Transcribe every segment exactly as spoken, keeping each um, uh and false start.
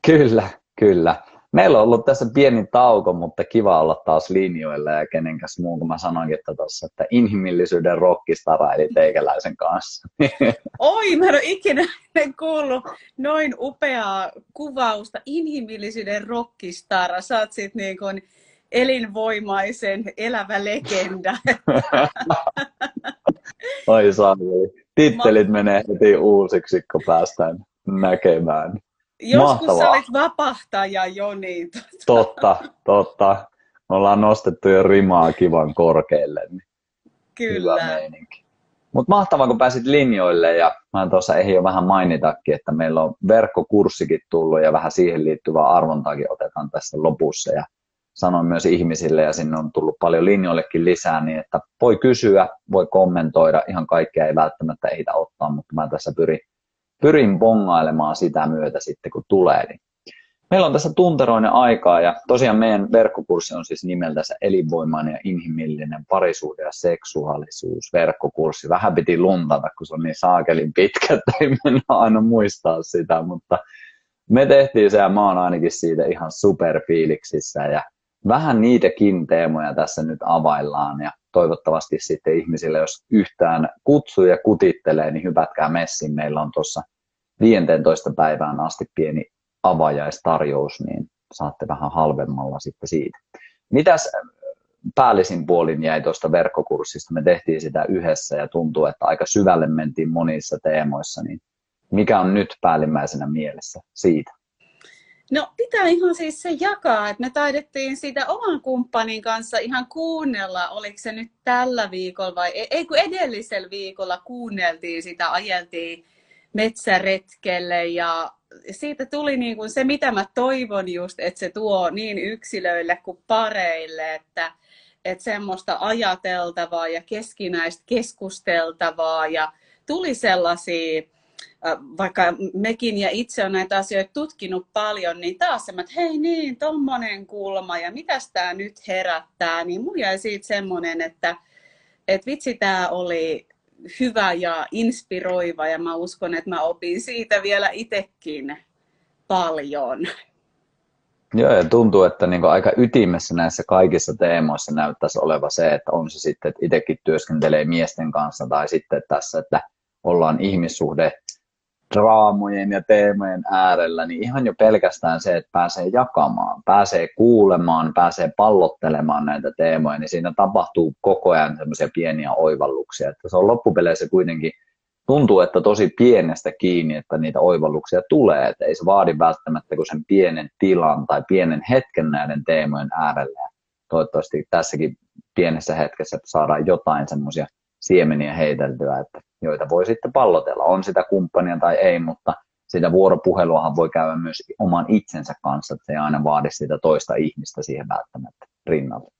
Kyllä, kyllä. Meillä on ollut tässä pieni tauko, mutta kiva olla taas linjoilla ja kenenkäs muun, kun mä sanoinkin että tuossa, että inhimillisyyden rockistara eli teikäläisen kanssa. Oi, mä en ole ikinä kuullut noin upeaa kuvausta. Inhimillisyyden rockistara. Sä oot sit niin kuin elinvoimaisen elävä legenda. Oi saakeli. Tittelit menee heti uusiksi, kun päästään näkemään. Joskus Mahtavaa. sä olit vapahtaja jo, niin Totta, totta. Me ollaan nostettu jo rimaa kivan korkealle. Niin kyllä. hyvä meininki. Mutta mahtavaa, kun pääsit linjoille. Ja mä tuossa ehdin jo vähän mainitakin, että meillä on verkkokurssikin tullut ja vähän siihen liittyvää arvontaakin otetaan tässä lopussa. Ja sanoin myös ihmisille, ja sinne on tullut paljon linjoillekin lisää, niin että voi kysyä, voi kommentoida. Ihan kaikkea ei välttämättä ehitä ottaa, mutta mä tässä pyrin, pyrin bongailemaan sitä myötä sitten, kun tulee. Niin meillä on tässä tunteroinen aikaa, ja tosiaan meidän verkkokurssi on siis nimeltä se elinvoimainen ja inhimillinen parisuhde ja seksuaalisuus verkkokurssi. Vähän piti luntata, kun se on niin saakelin pitkä, että ei mennä aina muistaa sitä, mutta me tehtiin se ja mä oon ainakin siitä ihan superfiiliksissä ja vähän niitäkin teemoja tässä nyt availlaan ja toivottavasti sitten ihmisille, jos yhtään kutsuu ja kutittelee, niin hypätkää messiin. Meillä on tuossa viidenteentoista päivään asti pieni avajaistarjous, niin saatte vähän halvemmalla sitten siitä. Mitäs päällisin puolin jäi tuosta verkkokurssista? Me tehtiin sitä yhdessä ja tuntuu, että aika syvälle mentiin monissa teemoissa, niin mikä on nyt päällimmäisenä mielessä siitä? No pitää ihan siis se jakaa, että me taidettiin sitä oman kumppanin kanssa ihan kuunnella, oliko se nyt tällä viikolla vai ei kun edellisellä viikolla kuunneltiin sitä, ajeltiin metsäretkelle ja siitä tuli niin kuin se, mitä mä toivon just, että se tuo niin yksilöille kuin pareille, että, että semmoista ajateltavaa ja keskinäistä keskusteltavaa ja tuli sellaisia, vaikka mekin ja itse on näitä asioita tutkinut paljon, niin taas semmoinen, että hei niin, tommonen kulma ja mitäs tää nyt herättää, niin mun jäi siitä semmoinen, että, että vitsi tää oli hyvä ja inspiroiva ja mä uskon, että mä opin siitä vielä itsekin paljon. Joo, ja tuntuu, että niin aika ytimessä näissä kaikissa teemoissa näyttäisi oleva se, että on se sitten, että itsekin työskentelee miesten kanssa tai sitten tässä, että ollaan ihmissuhde draamojen ja teemojen äärellä, niin ihan jo pelkästään se, että pääsee jakamaan, pääsee kuulemaan, pääsee pallottelemaan näitä teemoja, niin siinä tapahtuu koko ajan semmoisia pieniä oivalluksia. Että se on loppupeleissä kuitenkin, tuntuu, että tosi pienestä kiinni, että niitä oivalluksia tulee. Että ei se vaadi välttämättä kuin sen pienen tilan tai pienen hetken näiden teemojen äärellä. Ja toivottavasti tässäkin pienessä hetkessä että saadaan jotain semmoisia siemeniä heiteltyä, että joita voi sitten pallotella. On sitä kumppania tai ei, mutta sitä vuoropuheluahan voi käydä myös oman itsensä kanssa, että se ei aina vaadi sitä toista ihmistä siihen välttämättä rinnalla.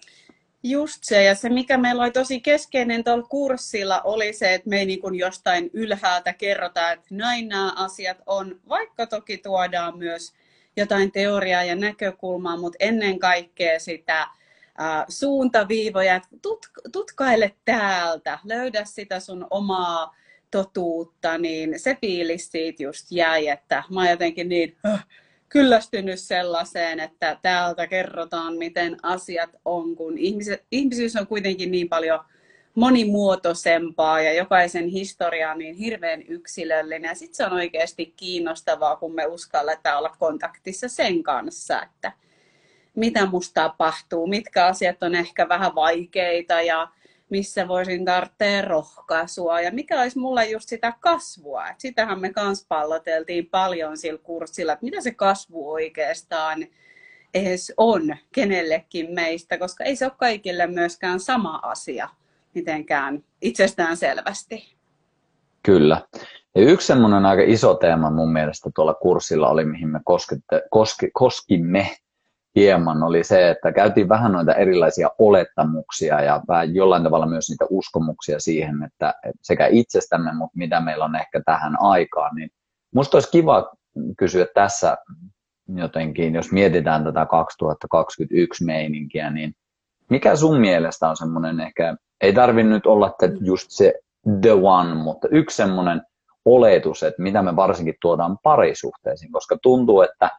Just se, ja se mikä meillä oli tosi keskeinen tuolla kurssilla oli se, että me ei niin kuin jostain ylhäältä kerrota, että näin nämä asiat on, vaikka toki tuodaan myös jotain teoriaa ja näkökulmaa, mutta ennen kaikkea sitä Uh, suuntaviivoja, tut, tutkaile täältä, löydä sitä sun omaa totuutta, niin se fiilis siitä just jäi, että mä oon jotenkin niin uh, kyllästynyt sellaiseen, että täältä kerrotaan, miten asiat on, kun ihmiset, ihmisyys on kuitenkin niin paljon monimuotoisempaa ja jokaisen historia on niin hirveän yksilöllinen. Ja sitten se on oikeasti kiinnostavaa, kun me uskalletaan olla kontaktissa sen kanssa, että mitä musta tapahtuu, mitkä asiat on ehkä vähän vaikeita ja missä voisin tarvitse rohkaisua ja mikä olisi mulla just sitä kasvua. Et sitähän me kans palloteltiin paljon sillä kurssilla, että mitä se kasvu oikeastaan edes on kenellekin meistä, koska ei se ole kaikille myöskään sama asia mitenkään itsestään selvästi. Kyllä. Ja yksi semmoinen aika iso teema mun mielestä tuolla kurssilla oli, mihin me koskitte, koski, koskimme hieman, oli se, että käytiin vähän noita erilaisia olettamuksia ja vähän jollain tavalla myös niitä uskomuksia siihen, että sekä itsestämme, mutta mitä meillä on ehkä tähän aikaan. Niin musta olisi kiva kysyä tässä jotenkin, jos mietitään tätä kaksituhattakaksikymmentäyksi meininkiä, niin mikä sun mielestä on semmoinen ehkä, ei tarvitse nyt olla just se the one, mutta yksi semmoinen oletus, että mitä me varsinkin tuodaan parisuhteisiin, koska tuntuu, että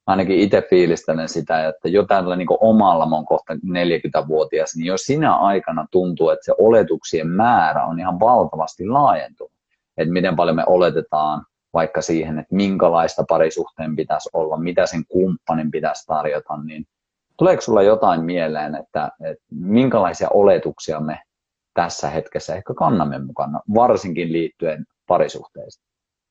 ainakin itse fiilistelen sitä, että jo tällä niin omalla, mä oon kohta neljäkymmentävuotias, niin jo sinä aikana tuntuu, että se oletuksien määrä on ihan valtavasti laajentunut. Että miten paljon me oletetaan vaikka siihen, että minkälaista parisuhteen pitäisi olla, mitä sen kumppanin pitäisi tarjota, niin tuleeko sulla jotain mieleen, että, että minkälaisia oletuksia me tässä hetkessä ehkä kannamme mukana, varsinkin liittyen parisuhteisiin?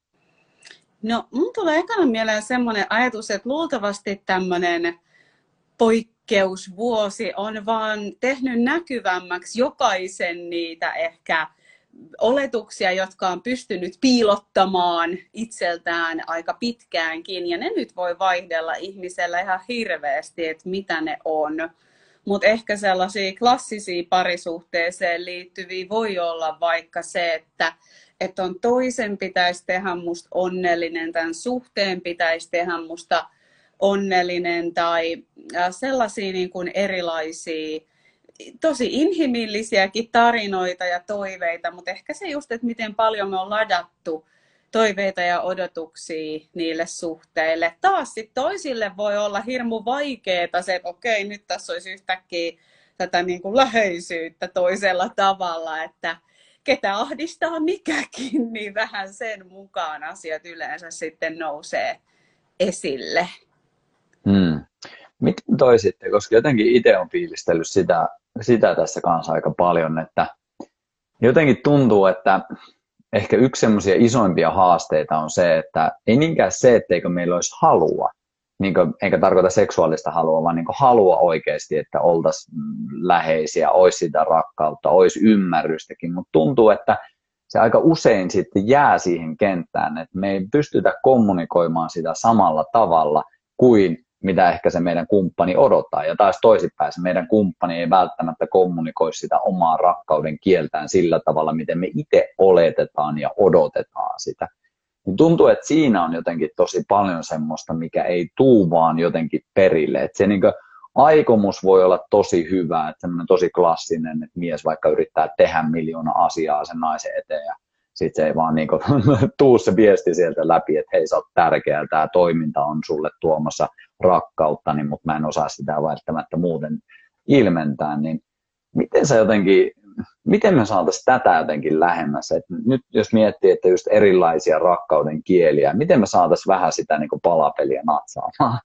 No, mun tulee ekana mieleen semmoinen ajatus, että luultavasti tämmöinen poikkeusvuosi on vaan tehnyt näkyvämmäksi jokaisen niitä ehkä oletuksia, jotka on pystynyt piilottamaan itseltään aika pitkäänkin. Ja ne nyt voi vaihdella ihmisellä ihan hirveästi, että mitä ne on. Mutta ehkä sellaisia klassisia parisuhteeseen liittyviä voi olla vaikka se, että että on toisen pitäisi tehdä musta onnellinen, tämän suhteen pitäisi tehdä musta onnellinen tai sellaisia niin kuin erilaisia, tosi inhimillisiäkin tarinoita ja toiveita, mutta ehkä se just, että miten paljon me on ladattu toiveita ja odotuksia niille suhteille. Taas sit toisille voi olla hirmu vaikeeta se, että okei, nyt tässä olisi yhtäkkiä tätä niin kuin läheisyyttä toisella tavalla, että ketä ahdistaa mikäkin, niin vähän sen mukaan asiat yleensä sitten nousee esille. Hmm. Miten toi sitten, koska jotenkin itse olen fiilistellyt sitä, sitä tässä kanssa aika paljon, että jotenkin tuntuu, että ehkä yksi semmoisia isoimpia haasteita on se, että ei niinkään se, etteikö meillä olisi halua, niin kuin, enkä tarkoita seksuaalista halua, vaan niin kuin halua oikeasti, että oltaisiin läheisiä, olisi sitä rakkautta, olisi ymmärrystäkin, mutta tuntuu, että se aika usein sitten jää siihen kenttään, että me ei pystytä kommunikoimaan sitä samalla tavalla kuin mitä ehkä se meidän kumppani odottaa. Ja taas toisinpäin, se meidän kumppani ei välttämättä kommunikoi sitä omaa rakkauden kieltään sillä tavalla, miten me itse oletetaan ja odotetaan sitä. Niin tuntuu, että siinä on jotenkin tosi paljon semmoista, mikä ei tuu vaan jotenkin perille. Että se niin kuin aikomus voi olla tosi hyvä, että semmoinen tosi klassinen, että mies vaikka yrittää tehdä miljoona asiaa sen naisen eteen ja sitten se ei vaan niin kuin tuu se viesti sieltä läpi, että hei, sä oot tärkeä, tämä toiminta on sulle tuomassa rakkautta, niin, mutta mä en osaa sitä välttämättä muuten ilmentää. Niin miten sä jotenkin, miten me saataisiin tätä jotenkin lähemmäs? Et nyt jos miettii, että just erilaisia rakkauden kieliä, miten me saataisiin vähän sitä niin kuin palapeliä natsaamaan?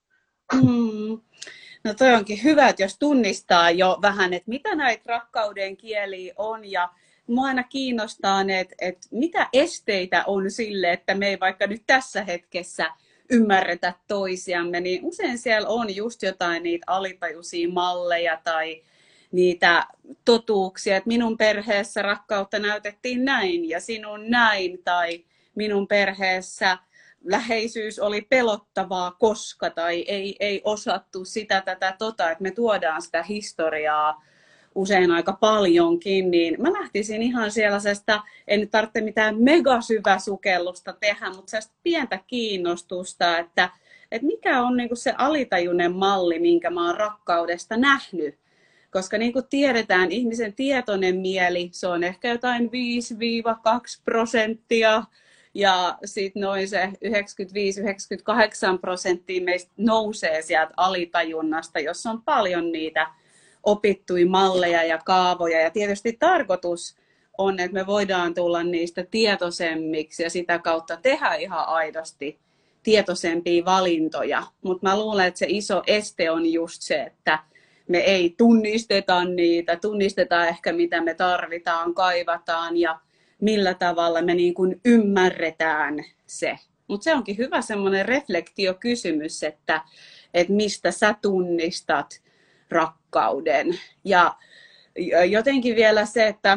Mm. No toi onkin hyvä, että jos tunnistaa jo vähän, että mitä näitä rakkauden kieliä on ja mua aina kiinnostaa, että, että mitä esteitä on sille, että me ei vaikka nyt tässä hetkessä ymmärretä toisiamme, niin usein siellä on just jotain niitä alitajuisia malleja tai niitä totuuksia, että minun perheessä rakkautta näytettiin näin ja sinun näin, tai minun perheessä läheisyys oli pelottavaa, koska, tai ei, ei osattu sitä, tätä, tota, että me tuodaan sitä historiaa usein aika paljonkin, niin mä lähtisin ihan sellaisesta, en nyt tarvitse mitään megasyväsukellusta tehdä, mutta sellaista pientä kiinnostusta, että, että mikä on niinku se alitajuinen malli, minkä mä oon rakkaudesta nähnyt. Koska niin kuin tiedetään, ihmisen tietoinen mieli, se on ehkä jotain viisi kaksi prosenttia, ja sitten noin se yhdeksänkymmentäviisi yhdeksänkymmentäkahdeksan prosenttia meistä nousee sieltä alitajunnasta, jossa on paljon niitä opittuja malleja ja kaavoja. Ja tietysti tarkoitus on, että me voidaan tulla niistä tietoisemmiksi ja sitä kautta tehdä ihan aidosti tietoisempia valintoja. Mutta mä luulen, että se iso este on just se, että me ei tunnisteta niitä, tunnistetaan ehkä mitä me tarvitaan, kaivataan ja millä tavalla me niin kuin ymmärretään se. Mutta se onkin hyvä semmoinen reflektiokysymys, että, että mistä sä tunnistat rakkauden. Ja jotenkin vielä se, että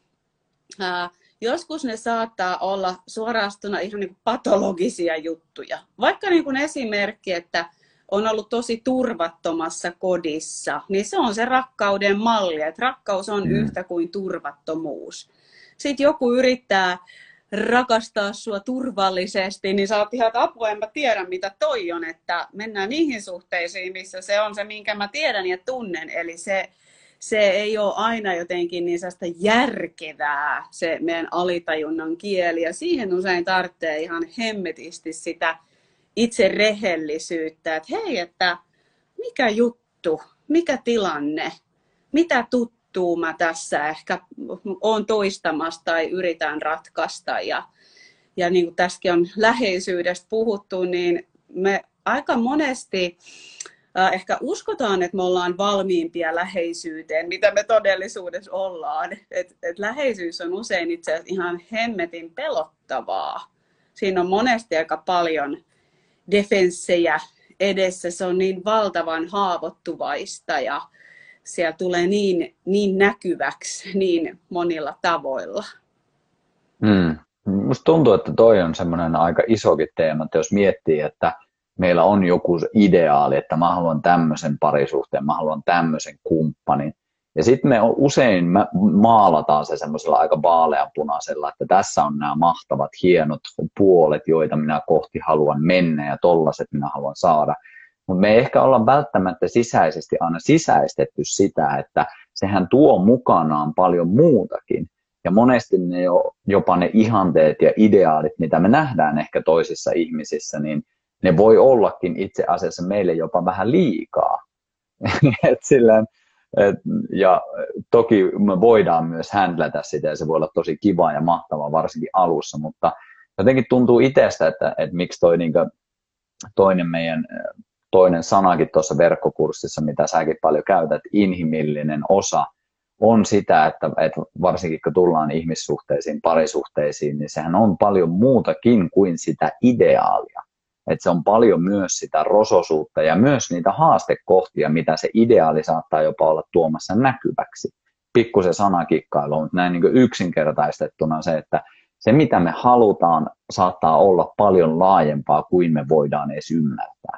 ää, joskus ne saattaa olla suorastuna ihan niin kuin patologisia juttuja. Vaikka niin kuin esimerkki, että on ollut tosi turvattomassa kodissa, niin se on se rakkauden malli, että rakkaus on mm. yhtä kuin turvattomuus. Sitten joku yrittää rakastaa sua turvallisesti, niin sä oot ihan, että apua, en mä tiedä mitä toi on, että mennään niihin suhteisiin, missä se on se, minkä mä tiedän ja tunnen, eli se, se ei ole aina jotenkin niin sellaista järkevää, se meidän alitajunnan kieli, ja siihen usein tarvitsee ihan hemmetisti sitä itse rehellisyyttä, että hei, että mikä juttu, mikä tilanne, mitä tuttuu mä tässä ehkä olen toistamassa tai yritän ratkaista. Ja, ja niin kuin tässäkin on läheisyydestä puhuttu, niin me aika monesti äh, ehkä uskotaan, että me ollaan valmiimpia läheisyyteen, mitä me todellisuudessa ollaan. Et, et läheisyys on usein itse asiassa ihan hemmetin pelottavaa. Siinä on monesti aika paljon defenssejä edessä, se on niin valtavan haavoittuvaista ja siellä tulee niin, niin näkyväksi niin monilla tavoilla. Hmm. Musta tuntuu, että toi on semmoinen aika isokin teema, että jos miettii, että meillä on joku ideaali, että mä haluan tämmöisen parisuhteen, mä haluan tämmöisen kumppanin. Ja sitten me usein maalataan se semmoisella aika vaaleanpunaisella, että tässä on nämä mahtavat, hienot puolet, joita minä kohti haluan mennä ja tollaset minä haluan saada. Mutta me ei ehkä olla välttämättä sisäisesti aina sisäistetty sitä, että sehän tuo mukanaan paljon muutakin. Ja monesti ne jo, jopa ne ihanteet ja ideaalit, mitä me nähdään ehkä toisissa ihmisissä, niin ne voi ollakin itse asiassa meille jopa vähän liikaa. Et silleen, et, ja toki me voidaan myös handlätä sitä ja se voi olla tosi kiva ja mahtavaa varsinkin alussa, mutta jotenkin tuntuu itsestä, että, että miksi toi niinkö, toinen meidän toinen sanakin tuossa verkkokurssissa, mitä säkin paljon käytät, inhimillinen osa, on sitä, että, että varsinkin kun tullaan ihmissuhteisiin, parisuhteisiin, niin sehän on paljon muutakin kuin sitä ideaalia. Että se on paljon myös sitä rososuutta ja myös niitä haastekohtia, mitä se ideaali saattaa jopa olla tuomassa näkyväksi. Pikkusen sanakikkailu, mutta näin niin kuin yksinkertaistettuna se, että se mitä me halutaan saattaa olla paljon laajempaa kuin me voidaan edes ymmärtää.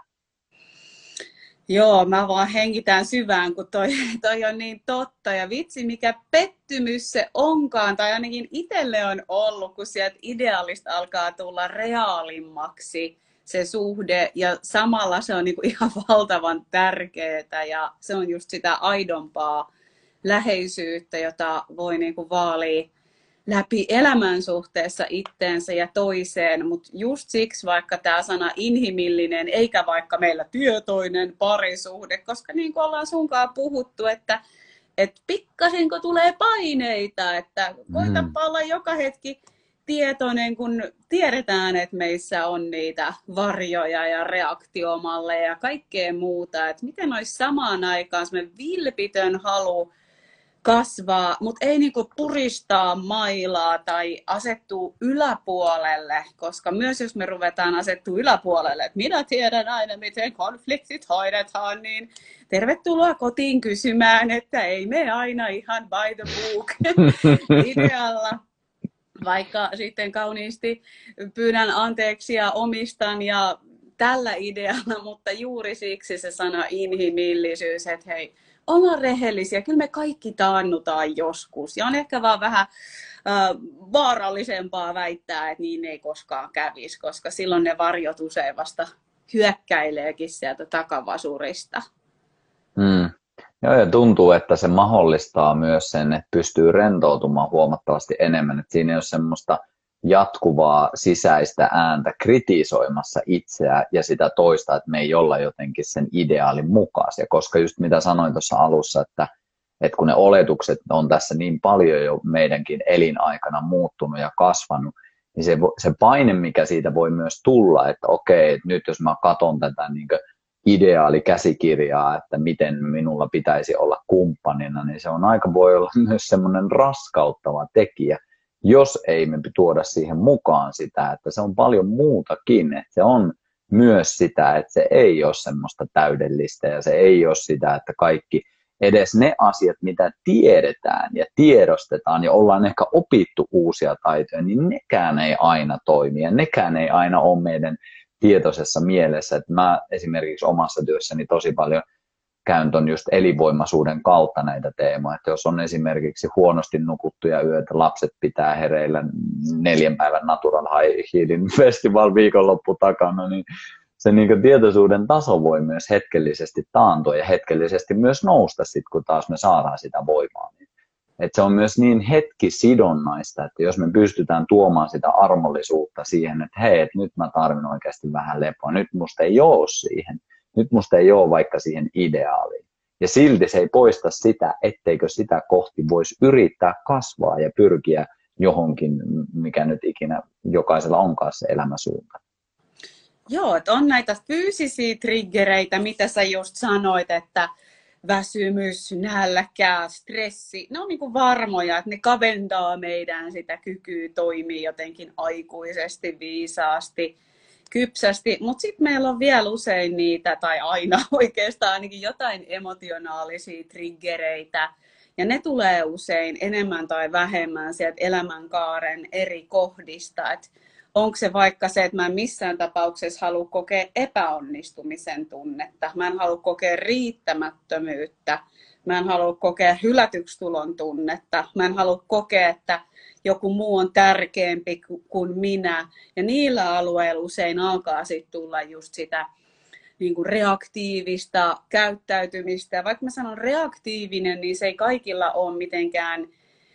Joo, mä vaan hengitän syvään, kun toi, toi on niin totta. Ja vitsi, mikä pettymys se onkaan, tai ainakin itselle on ollut, kun sieltä ideaalista alkaa tulla reaalimmaksi se suhde. Ja samalla se on niinku ihan valtavan tärkeää, ja se on just sitä aidompaa läheisyyttä, jota voi niinku vaalia läpi elämän suhteessa itteensä ja toiseen, mutta just siksi vaikka tämä sana inhimillinen, eikä vaikka meillä tietoinen parisuhde, koska niin kuin ollaan sunkaan puhuttu, että, että pikkasenko tulee paineita, että koitapa olla joka hetki tietoinen, kun tiedetään, että meissä on niitä varjoja ja reaktiomalleja ja kaikkea muuta, että miten olisi samaan aikaan semmoinen vilpitön halu kasvaa, mutta ei niinku puristaa mailaa tai asettua yläpuolelle, koska myös jos me ruvetaan asettua yläpuolelle, että minä tiedän aina, miten konfliktit hoidetaan, niin tervetuloa kotiin kysymään, että ei me aina ihan by the book idealla, vaikka sitten kauniisti pyydän anteeksi ja omistan ja tällä idealla, mutta juuri siksi se sana inhimillisyys, että hei, ollaan rehellisiä. Kyllä me kaikki taannutaan joskus. Ja on ehkä vaan vähän äh, vaarallisempaa väittää, että niin ei koskaan kävisi, koska silloin ne varjot usein vasta hyökkäileekin sieltä takavasurista. Mm. Joo, ja tuntuu, että se mahdollistaa myös sen, että pystyy rentoutumaan huomattavasti enemmän. Että siinä ei ole semmoista jatkuvaa sisäistä ääntä kritisoimassa itseä ja sitä toista, että me ei olla jotenkin sen ideaalin mukaisia, koska just mitä sanoin tuossa alussa, että, että kun ne oletukset on tässä niin paljon jo meidänkin elinaikana muuttunut ja kasvanut, niin se, se paine, mikä siitä voi myös tulla, että okei, että nyt jos mä katson tätä niin kuin ideaalikäsikirjaa, että miten minulla pitäisi olla kumppanina, niin se on aika voi olla myös semmoinen raskauttava tekijä, jos ei me tuoda siihen mukaan sitä, että se on paljon muutakin, että se on myös sitä, että se ei ole semmoista täydellistä ja se ei ole sitä, että kaikki, edes ne asiat, mitä tiedetään ja tiedostetaan ja ollaan ehkä opittu uusia taitoja, niin nekään ei aina toimi ja nekään ei aina ole meidän tietoisessa mielessä. Että mä esimerkiksi omassa työssäni tosi paljon käyn ton just elinvoimaisuuden kautta näitä teemoja, että jos on esimerkiksi huonosti nukuttuja yötä, lapset pitää hereillä neljän päivän Natural High Heelin festival viikonloppu takana, niin se niin tietoisuuden taso voi myös hetkellisesti taantua ja hetkellisesti myös nousta sit, kun taas me saadaan sitä voimaa. että se on myös niin hetkisidonnaista, että jos me pystytään tuomaan sitä armollisuutta siihen, että hei, että nyt mä tarvin oikeasti vähän lepoa, nyt musta ei ole siihen, nyt musta ei ole vaikka siihen ideaaliin. Ja silti se ei poista sitä, etteikö sitä kohti voisi yrittää kasvaa ja pyrkiä johonkin, mikä nyt ikinä jokaisella onkaan se elämäsuunta. Joo, että on näitä fyysisiä triggereitä, mitä sä just sanoit, että väsymys, nälkä, stressi, ne on niin kuin varmoja, että ne kaventaa meidän sitä kykyä toimia jotenkin aikuisesti, viisaasti, kypsästi. Mutta sitten meillä on vielä usein niitä, tai aina oikeastaan ainakin jotain emotionaalisia triggereitä. Ja ne tulee usein enemmän tai vähemmän sieltä elämänkaaren eri kohdista. Et onko se vaikka se, että mä en missään tapauksessa halua kokea epäonnistumisen tunnetta. Mä en halua kokea riittämättömyyttä. Mä en halua kokea hylätyksi tulon tunnetta. Mä en halua kokea, että joku muu on tärkeämpi kuin minä. Ja niillä alueilla usein alkaa sitten tulla just sitä niin kuin reaktiivista käyttäytymistä. Vaikka mä sanon reaktiivinen, niin se ei kaikilla ole mitenkään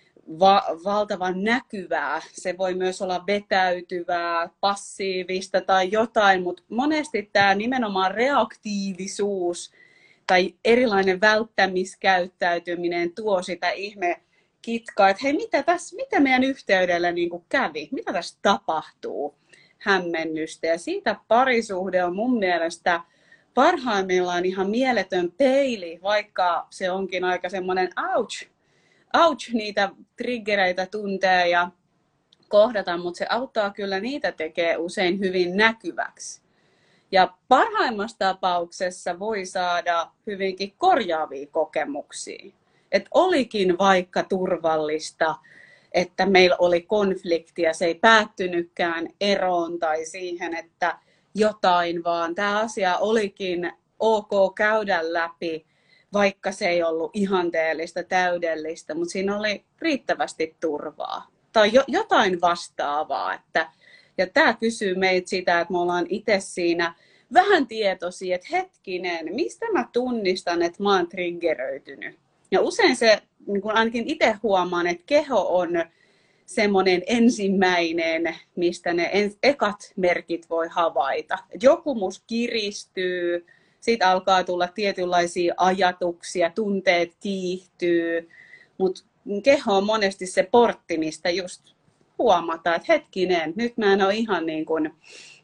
va- valtavan näkyvää. Se voi myös olla vetäytyvää, passiivista tai jotain, mutta monesti tämä nimenomaan reaktiivisuus tai erilainen välttämiskäyttäytyminen tuo sitä ihme kitkaa, että hei, mitä, tässä, mitä meidän yhteydellä niin kuin kävi, mitä tässä tapahtuu, hämmennystä. Ja siitä parisuhde on mun mielestä parhaimmillaan ihan mieletön peili, vaikka se onkin aika semmoinen ouch, ouch niitä triggereitä tuntee ja kohdata, mutta se auttaa kyllä niitä tekee usein hyvin näkyväksi. Ja parhaimmassa tapauksessa voi saada hyvinkin korjaavia kokemuksia. Että olikin vaikka turvallista, että meillä oli konfliktia, se ei päättynytkään eroon tai siihen, että jotain, vaan tämä asia olikin ok käydä läpi, vaikka se ei ollut ihanteellista, täydellistä, mutta siinä oli riittävästi turvaa tai jo, jotain vastaavaa. Että, ja tämä kysyy meitä sitä, että me ollaan itse siinä vähän tietoisia, että hetkinen, mistä mä tunnistan, että mä oon triggeröitynyt. Ja usein se, niin kuin ainakin itse huomaan, että keho on semmoinen ensimmäinen, mistä ne ekat merkit voi havaita. Joku musta kiristyy, sitten alkaa tulla tietynlaisia ajatuksia, tunteet kiihtyy, mutta keho on monesti se portti, mistä just huomataan, että hetkinen, nyt mä en ole ihan niin kuin,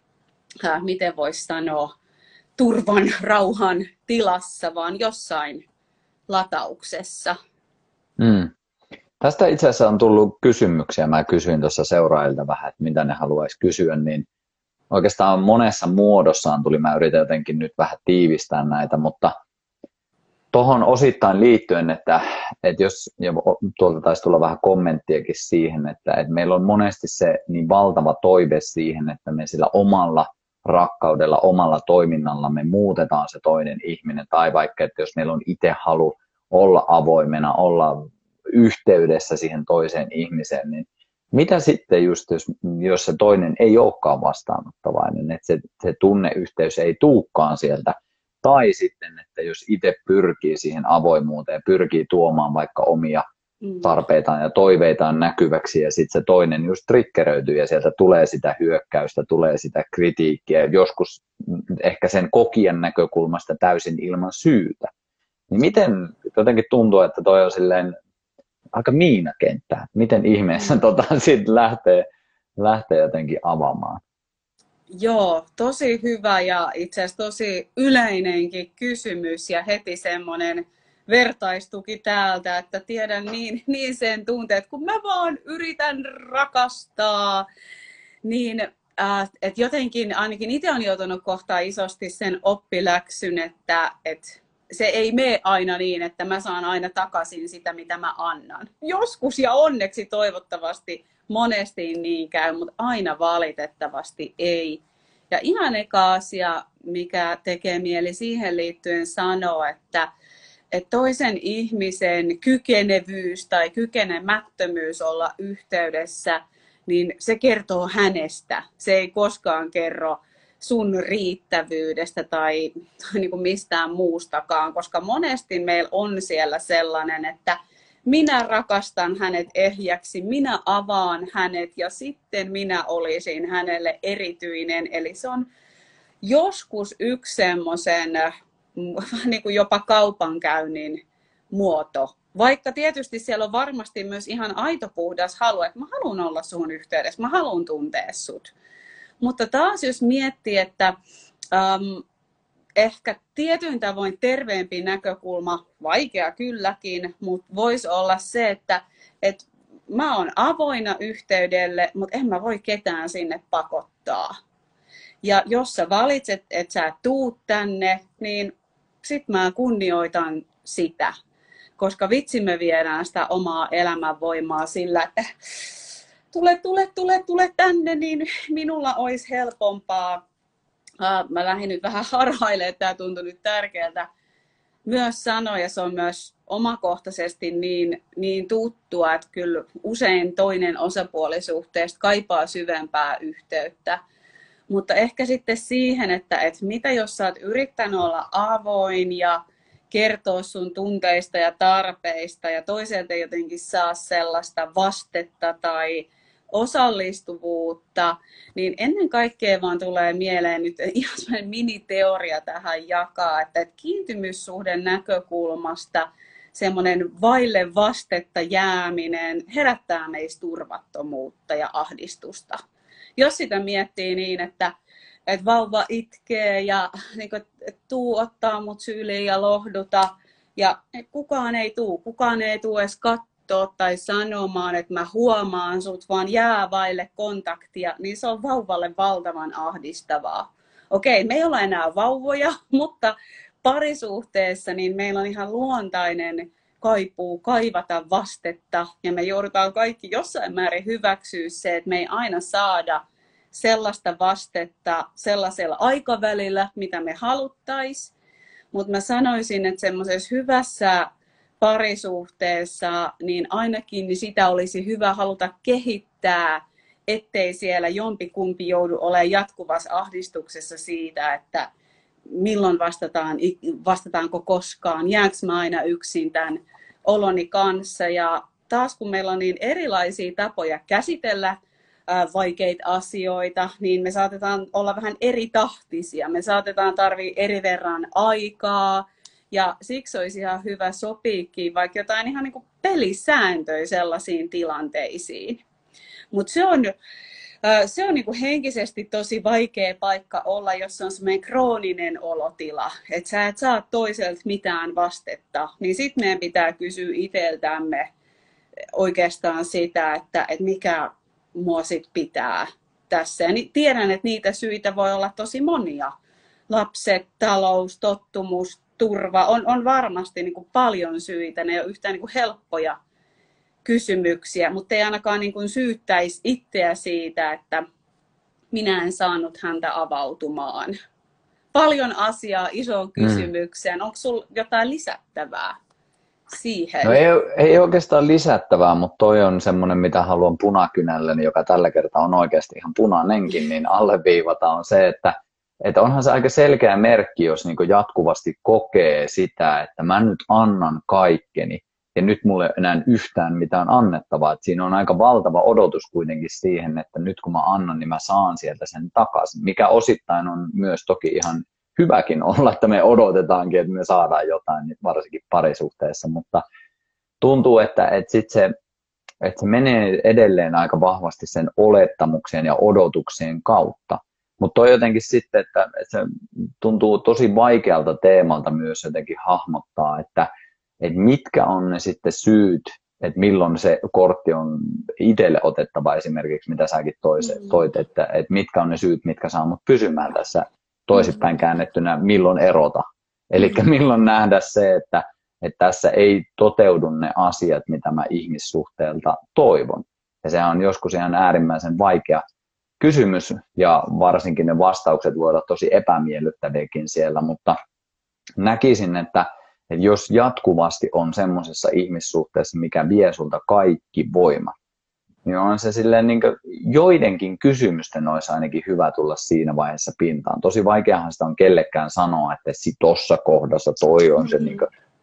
äh, miten voisi sanoa, turvan, rauhan tilassa, vaan jossain latauksessa. Mm. Tästä itse asiassa on tullut kysymyksiä. Mä kysyin tuossa seuraajilta vähän, että mitä ne haluaisi kysyä, niin oikeastaan monessa muodossaan tuli. Mä yritän jotenkin nyt vähän tiivistää näitä, mutta tuohon osittain liittyen, että, että jos, ja tuolta taisi tulla vähän kommenttiakin siihen, että, että meillä on monesti se niin valtava toive siihen, että me sillä omalla rakkaudella, omalla toiminnalla me muutetaan se toinen ihminen, tai vaikka, että jos meillä on itse halu olla avoimena, olla yhteydessä siihen toiseen ihmiseen, niin mitä sitten just, jos, jos se toinen ei olekaan vastaanottavainen, että se, se tunneyhteys ei tuukaan sieltä, tai sitten, että jos itse pyrkii siihen avoimuuteen, pyrkii tuomaan vaikka omia tarpeitaan ja toiveitaan näkyväksi, ja sitten se toinen just triggeröityy, ja sieltä tulee sitä hyökkäystä, tulee sitä kritiikkiä, joskus ehkä sen kokijan näkökulmasta täysin ilman syytä. Niin miten jotenkin tuntuu, että toi on silleen aika miinakenttä, miten ihmeessä tota sitten lähtee, lähtee jotenkin avaamaan? Joo, tosi hyvä ja itse asiassa tosi yleinenkin kysymys ja heti semmoinen vertaistuki täältä, että tiedän niin, niin sen tunteet, kun mä vaan yritän rakastaa, niin äh, että jotenkin ainakin itse olen joutunut kohtaan isosti sen oppiläksyn, että et se ei mene aina niin, että mä saan aina takaisin sitä, mitä mä annan. Joskus ja onneksi toivottavasti monesti niin käy, mutta aina valitettavasti ei. Ja ihan eka asia, mikä tekee mieli siihen liittyen sanoa, että, että toisen ihmisen kykenevyys tai kykenemättömyys olla yhteydessä, niin se kertoo hänestä. Se ei koskaan kerro sun riittävyydestä tai, tai niin kuin mistään muustakaan, koska monesti meillä on siellä sellainen, että minä rakastan hänet ehjäksi, minä avaan hänet ja sitten minä olisin hänelle erityinen. Eli se on joskus yksi semmoisen niin kuin jopa kaupankäynnin muoto. Vaikka tietysti siellä on varmasti myös ihan aito puhdas halu, että mä haluan olla sun yhteydessä, mä haluan tuntea sut. Mutta taas jos miettii, että ähm, ehkä tietyin tavoin terveempi näkökulma, vaikea kylläkin, mutta voisi olla se, että, että mä oon avoinna yhteydelle, mutta en mä voi ketään sinne pakottaa. Ja jos sä valitset, että sä tuut tänne, niin sit mä kunnioitan sitä. Koska vitsi me viedään sitä omaa elämänvoimaa sillä, että tule, tule, tule, tule tänne, niin minulla olisi helpompaa. Mä lähdin nyt vähän harhailemaan, että tämä tuntui nyt tärkeältä myös sanoa, ja se on myös omakohtaisesti niin, niin tuttua, että kyllä usein toinen osapuoli suhteesta kaipaa syvempää yhteyttä. Mutta ehkä sitten siihen, että, että mitä jos sä oot yrittänyt olla avoin ja kertoa sun tunteista ja tarpeista ja toiselta jotenkin saa sellaista vastetta tai osallistuvuutta, niin ennen kaikkea vaan tulee mieleen nyt ihan sellainen miniteoria tähän jakaa, että kiintymyssuhden näkökulmasta semmoinen vaille vastetta jääminen herättää meistä turvattomuutta ja ahdistusta. Jos sitä miettii niin, että, että vauva itkee ja niin kuin, että tuu ottaa mut syliin ja lohduta ja kukaan ei tuu, kukaan ei tuu edes katsoa tai sanomaan, että mä huomaan sut, vaan jää vaille kontaktia, niin se on vauvalle valtavan ahdistavaa. Okei, me ei olla enää vauvoja, mutta parisuhteessa niin meillä on ihan luontainen kaipuu kaivata vastetta ja me joudutaan kaikki jossain määrin hyväksyä se, että me ei aina saada sellaista vastetta sellaisella aikavälillä, mitä me haluttaisiin. Mutta mä sanoisin, että semmoisessa hyvässä parisuhteessa niin ainakin niin sitä olisi hyvä haluta kehittää, ettei siellä jompikumpi joudu olemaan jatkuvassa ahdistuksessa siitä, että milloin vastataan, vastataanko koskaan, jäänkö mä aina yksin tämän oloni kanssa. Ja taas kun meillä on niin erilaisia tapoja käsitellä vaikeita asioita, niin me saatetaan olla vähän eri tahtisia. Me saatetaan tarvitse eri verran aikaa ja siksi olisi ihan hyvä sopiikin vaikka jotain ihan niin kuin pelisääntöjä sellaisiin tilanteisiin. Mutta se on Se on niin kuin henkisesti tosi vaikea paikka olla, jos on semmoinen krooninen olotila, että sä et saa toiselta mitään vastetta, niin sitten meidän pitää kysyä itseltämme oikeastaan sitä, että, että mikä mua sit pitää tässä. Ja tiedän, että niitä syitä voi olla tosi monia. Lapset, talous, tottumus, turva, on, on varmasti niin kuin paljon syitä, ne ei ole yhtään niin kuin helppoja kysymyksiä, mutta ei ainakaan niin kuin syyttäisi itseä siitä, että minä en saanut häntä avautumaan. Paljon asiaa isoon kysymykseen. Mm. Onko sinulla jotain lisättävää siihen? No ei, ei oikeastaan lisättävää, mutta toi on semmoinen, mitä haluan punakynälleni, joka tällä kertaa on oikeasti ihan punainenkin, niin alleviivata on se, että, että onhan se aika selkeä merkki, jos niin kuin jatkuvasti kokee sitä, että mä nyt annan kaikkeni. Ja nyt mulle ei enää yhtään mitään annettavaa. Et siinä on aika valtava odotus kuitenkin siihen, että nyt kun mä annan, niin mä saan sieltä sen takaisin. Mikä osittain on myös toki ihan hyväkin olla, että me odotetaankin, että me saadaan jotain, varsinkin parisuhteessa. Mutta tuntuu, että, että, sit se, että se menee edelleen aika vahvasti sen olettamuksien ja odotuksien kautta. Mutta toi jotenkin sitten, että, että se tuntuu tosi vaikealta teemalta myös jotenkin hahmottaa, että että mitkä on ne sitten syyt, että milloin se kortti on itselle otettava esimerkiksi, mitä säkin toit, että, että mitkä on ne syyt, mitkä saa mut pysymään tässä toisinpäin käännettynä, milloin erota. Eli milloin nähdä se, että, että tässä ei toteudu ne asiat, mitä mä ihmissuhteelta toivon. Ja se on joskus ihan äärimmäisen vaikea kysymys, ja varsinkin ne vastaukset voivat olla tosi epämiellyttäviäkin siellä, mutta näkisin, että että jos jatkuvasti on semmoisessa ihmissuhteessa, mikä vie sulta kaikki voimat, niin on se silleen niin kuin joidenkin kysymysten olisi ainakin hyvä tulla siinä vaiheessa pintaan. Tosi vaikeahan sitä on kellekään sanoa, että tossa kohdassa toi on se niin kuin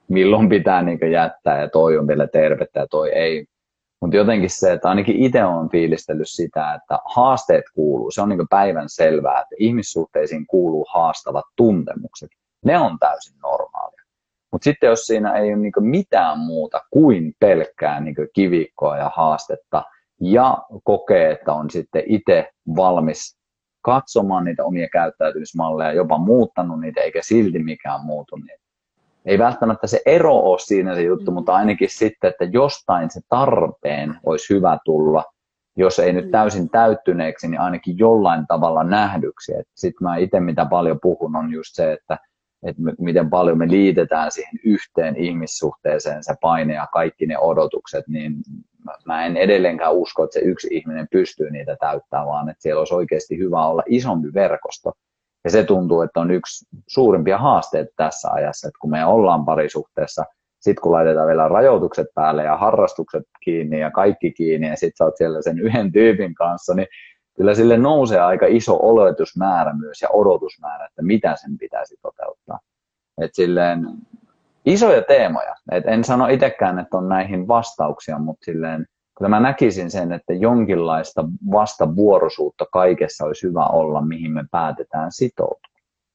milloin pitää niin jättää ja toi on vielä tervettä ja toi ei. Mutta jotenkin se, että ainakin itse olen fiilistellyt sitä, että haasteet kuuluu. Se on niin päivän selvää, että ihmissuhteisiin kuuluu haastavat tuntemukset. Ne on täysin normaalia. Mutta sitten jos siinä ei ole niin mitään muuta kuin pelkkää niin kivikkoa ja haastetta ja kokee, että on sitten itse valmis katsomaan niitä omia käyttäytymismalleja, jopa muuttanut niitä eikä silti mikään muutu, niin ei välttämättä se ero ole siinä se juttu, mm. mutta ainakin sitten, että jostain se tarpeen olisi hyvä tulla, jos ei nyt täysin täyttyneeksi, niin ainakin jollain tavalla nähdyksi. Sitten mä itse mitä paljon puhun on just se, että, että miten paljon me liitetään siihen yhteen ihmissuhteeseen se paine ja kaikki ne odotukset, niin mä en edelleenkään usko, että se yksi ihminen pystyy niitä täyttämään, vaan että siellä olisi oikeasti hyvä olla isompi verkosto. Ja se tuntuu, että on yksi suurimpia haasteita tässä ajassa, että kun me ollaan parisuhteessa, sitten kun laitetaan vielä rajoitukset päälle ja harrastukset kiinni ja kaikki kiinni, ja sitten sä oot siellä sen yhden tyypin kanssa, niin kyllä sille nousee aika iso oletusmäärä myös ja odotusmäärä, että mitä sen pitäisi toteuttaa. Et silleen isoja teemoja. Et en sano itsekään, että on näihin vastauksia, mutta silleen, kyllä mä näkisin sen, että jonkinlaista vastavuoroisuutta kaikessa olisi hyvä olla, mihin me päätetään sitoutua.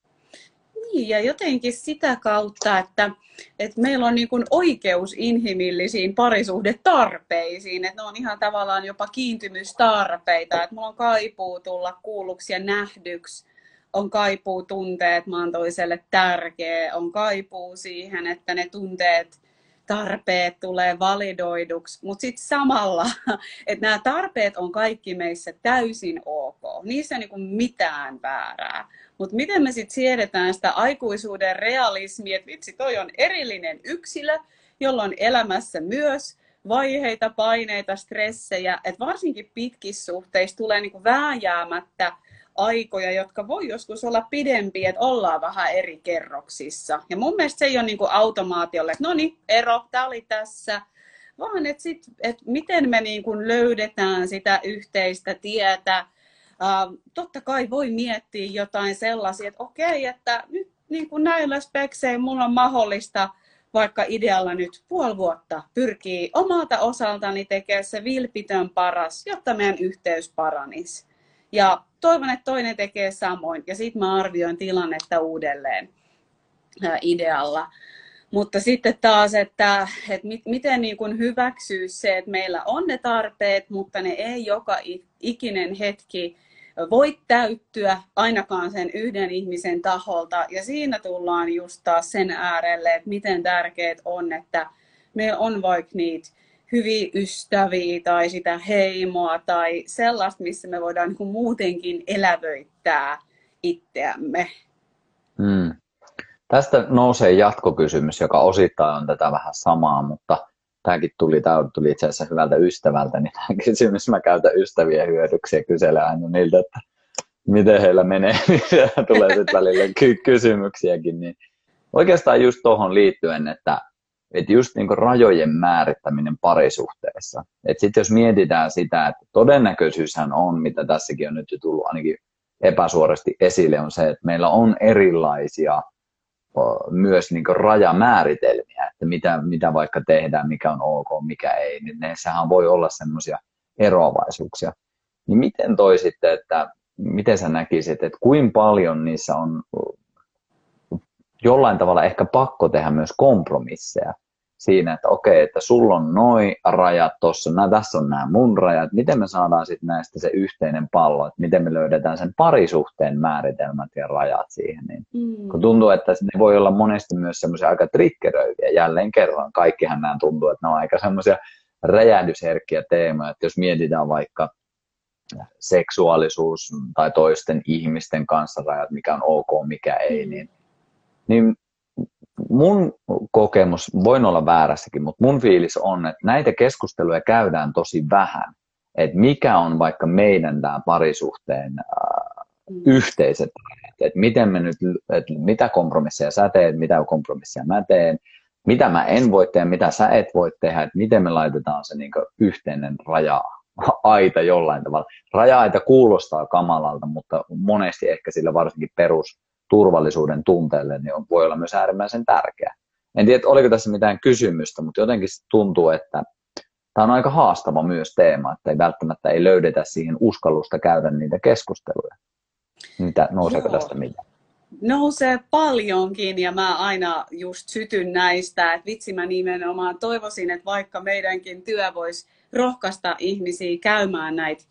Niin, ja jotenkin sitä kautta, että, että meillä on niin kuin oikeus inhimillisiin parisuhdetarpeisiin, että ne on ihan tavallaan jopa kiintymystarpeita, että mulla on kaipuu tulla kuulluksi ja nähdyksi, on kaipuu tunteet, että mä oon toiselle tärkeä, on kaipuu siihen, että ne tunteet, tarpeet tulee validoiduksi, mutta sitten samalla, että nämä tarpeet on kaikki meissä täysin ok, niissä ei niin mitään väärää. Mutta miten me sitten siedetään sitä aikuisuuden realismia, että vitsi, toi on erillinen yksilö, jolla on elämässä myös vaiheita, paineita, stressejä, että varsinkin pitkissä suhteissa tulee niinku vääjäämättä aikoja, jotka voi joskus olla pidempiä, että ollaan vähän eri kerroksissa. Ja mun mielestä se ei ole niinku automaatiolle, että no niin, ero, tää oli tässä, vaan että sit, et miten me niinku löydetään sitä yhteistä tietä. Uh, totta kai voi miettiä jotain sellaisia, että okei, että nyt niin kuin näillä spekseillä mulla on mahdollista vaikka idealla nyt puoli vuotta pyrkii omalta osaltani tekemään se vilpitön paras, jotta meidän yhteys paranisi. Ja toivon, että toinen tekee samoin ja sitten mä arvioin tilannetta uudelleen uh, idealla. Mutta sitten taas, että, että miten niin kuin hyväksyä se, että meillä on ne tarpeet, mutta ne ei joka ikinen hetki voi täyttyä ainakaan sen yhden ihmisen taholta. Ja siinä tullaan just taas sen äärelle, että miten tärkeät on, että meillä on vaikka niitä hyviä ystäviä tai sitä heimoa tai sellaista, missä me voidaan niin kuin muutenkin elävöittää itseämme. Hmm. Tästä nousee jatkokysymys, joka osittain on tätä vähän samaa, mutta tämäkin tuli, tämä tuli itse asiassa hyvältä ystävältä, niin tämä kysymys mä käytän ystävien hyödyksi ja kyselen aina niiltä, että miten heillä menee, niin tulee sitten välillä ky- kysymyksiäkin. Niin oikeastaan just tuohon liittyen, että, että just niin kuin rajojen määrittäminen parisuhteessa. Että sitten jos mietitään sitä, että todennäköisyyshän on, mitä tässäkin on nyt jo tullut ainakin epäsuorasti esille, on se, että meillä on erilaisia myös niin kuin rajamääritelmiä, että mitä, mitä vaikka tehdään, mikä on ok, mikä ei, niin neissähän voi olla semmoisia eroavaisuuksia. Niin miten toi sitten, että miten sä näkisit, että kuinka paljon niissä on jollain tavalla ehkä pakko tehdä myös kompromisseja siinä, että okei, että sulla on noi rajat tossa, nää, tässä on nämä mun rajat, miten me saadaan sitten näistä se yhteinen pallo, että miten me löydetään sen parisuhteen määritelmät ja rajat siihen. Niin, mm. Kun tuntuu, että ne voi olla monesti myös semmoisia aika triggeröiviä, jälleen kerran, kaikkihan nämä tuntuu, että ne on aika semmoisia räjähdysherkkiä teemoja, että jos mietitään vaikka seksuaalisuus tai toisten ihmisten kanssa rajat, mikä on ok, mikä ei, mm. niin, niin mun kokemus, voin olla väärässäkin, mutta mun fiilis on, että näitä keskusteluja käydään tosi vähän. Että mikä on vaikka meidän tämä parisuhteen äh, yhteiset, että miten me nyt, että mitä kompromisseja sä teet, mitä kompromisseja mä teen, mitä mä en voi tehdä, mitä sä et voi tehdä, että miten me laitetaan se niin kuin yhteinen raja-aita jollain tavalla. Raja-aita kuulostaa kamalalta, mutta monesti ehkä sillä varsinkin perus turvallisuuden tunteelle, niin voi olla myös äärimmäisen tärkeä. en tiedä, oliko tässä mitään kysymystä, mutta jotenkin tuntuu, että tämä on aika haastava myös teema, että ei välttämättä ei löydetä siihen uskallusta käydä niitä keskusteluja. Mitä, nouseeko Joo. tästä mitään? Nousee paljonkin ja mä aina just sytyn näistä, että vitsi mä nimenomaan toivoisin, että vaikka meidänkin työ voisi rohkaista ihmisiä käymään näitä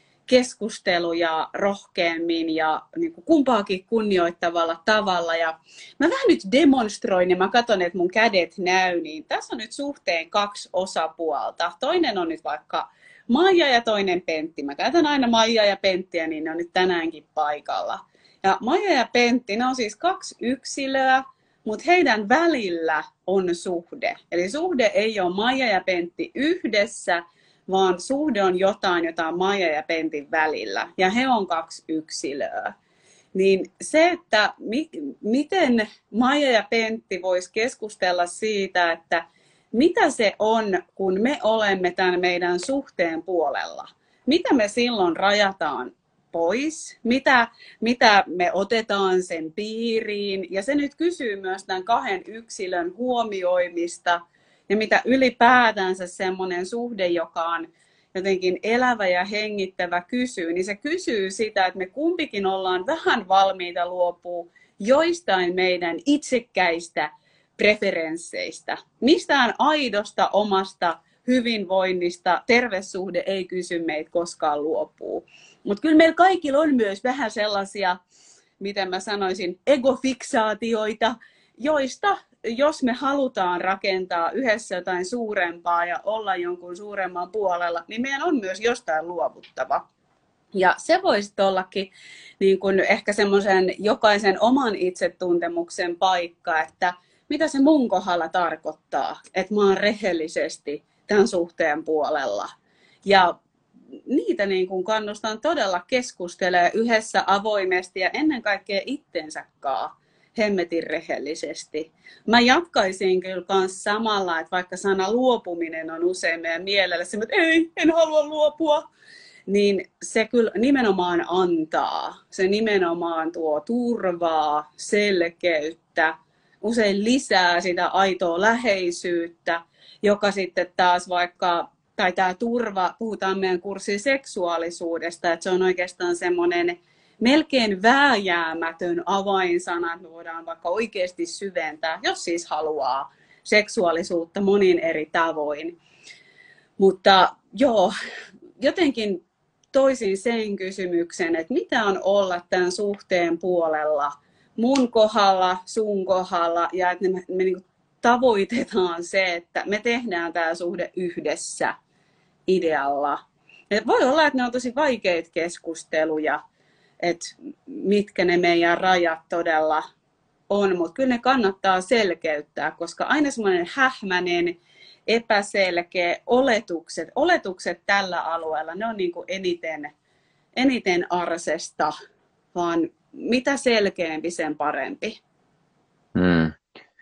keskusteluja rohkeammin ja niin kuin kumpaakin kunnioittavalla tavalla. Ja mä vähän nyt demonstroin ja mä katson, että mun kädet näy, niin tässä on nyt suhteen kaksi osapuolta. Toinen on nyt vaikka Maija ja toinen Pentti. Mä käytän aina Maija ja Penttiä, niin ne on nyt tänäänkin paikalla. Ja Maija ja Pentti, ne on siis kaksi yksilöä, mutta heidän välillä on suhde. Eli suhde ei ole Maija ja Pentti yhdessä, vaan suhde on jotain, jota on Maija ja Pentin välillä. Ja he on kaksi yksilöä. Niin se, että mi- miten Maija ja Pentti vois keskustella siitä, että mitä se on, kun me olemme tämän meidän suhteen puolella. Mitä me silloin rajataan pois, mitä, mitä me otetaan sen piiriin. Ja se nyt kysyy myös tämän kahden yksilön huomioimista ja mitä ylipäätänsä semmoinen suhde, joka on jotenkin elävä ja hengittävä kysyy, niin se kysyy sitä, että me kumpikin ollaan vähän valmiita luopua joistain meidän itsekkäistä preferensseistä. Mistään aidosta omasta hyvinvoinnista terveyssuhde ei kysy meitä koskaan luopuu. Mutta kyllä meillä kaikilla on myös vähän sellaisia, miten mä sanoisin, egofiksaatioita, joista jos me halutaan rakentaa yhdessä jotain suurempaa ja olla jonkun suuremman puolella, niin meidän on myös jostain luovuttava. Ja se voisi ollakin niin kuin ehkä semmoisen jokaisen oman itsetuntemuksen paikka, että mitä se mun kohdalla tarkoittaa, että mä oon rehellisesti tämän suhteen puolella. Ja niitä niin kuin kannustan todella keskustelemaan yhdessä avoimesti ja ennen kaikkea itsensäkaan hemmetin rehellisesti. Mä jatkaisin kyllä myös samalla, että vaikka sana luopuminen on usein meidän mielellä, että ei, en halua luopua, niin se kyllä nimenomaan antaa. Se nimenomaan tuo turvaa, selkeyttä, usein lisää sitä aitoa läheisyyttä, joka sitten taas vaikka, tai tämä turva, puhutaan meidän kurssin seksuaalisuudesta, että se on oikeastaan semmoinen melkein vääjäämätön avainsana, että me voidaan vaikka oikeasti syventää, jos siis haluaa seksuaalisuutta monin eri tavoin. Mutta joo, jotenkin toisin sen kysymyksen, että mitä on olla tämän suhteen puolella, mun kohdalla, sun kohdalla, ja että me, me niin tavoitetaan se, että me tehdään tämä suhde yhdessä idealla. Et voi olla, että ne on tosi vaikeita keskusteluja, että mitkä ne meidän rajat todella on, mutta kyllä ne kannattaa selkeyttää, koska aina semmoinen hähmäinen, epäselkeä oletukset, oletukset tällä alueella, ne on niin kuin eniten, eniten arsesta, vaan mitä selkeämpi, sen parempi. Hmm.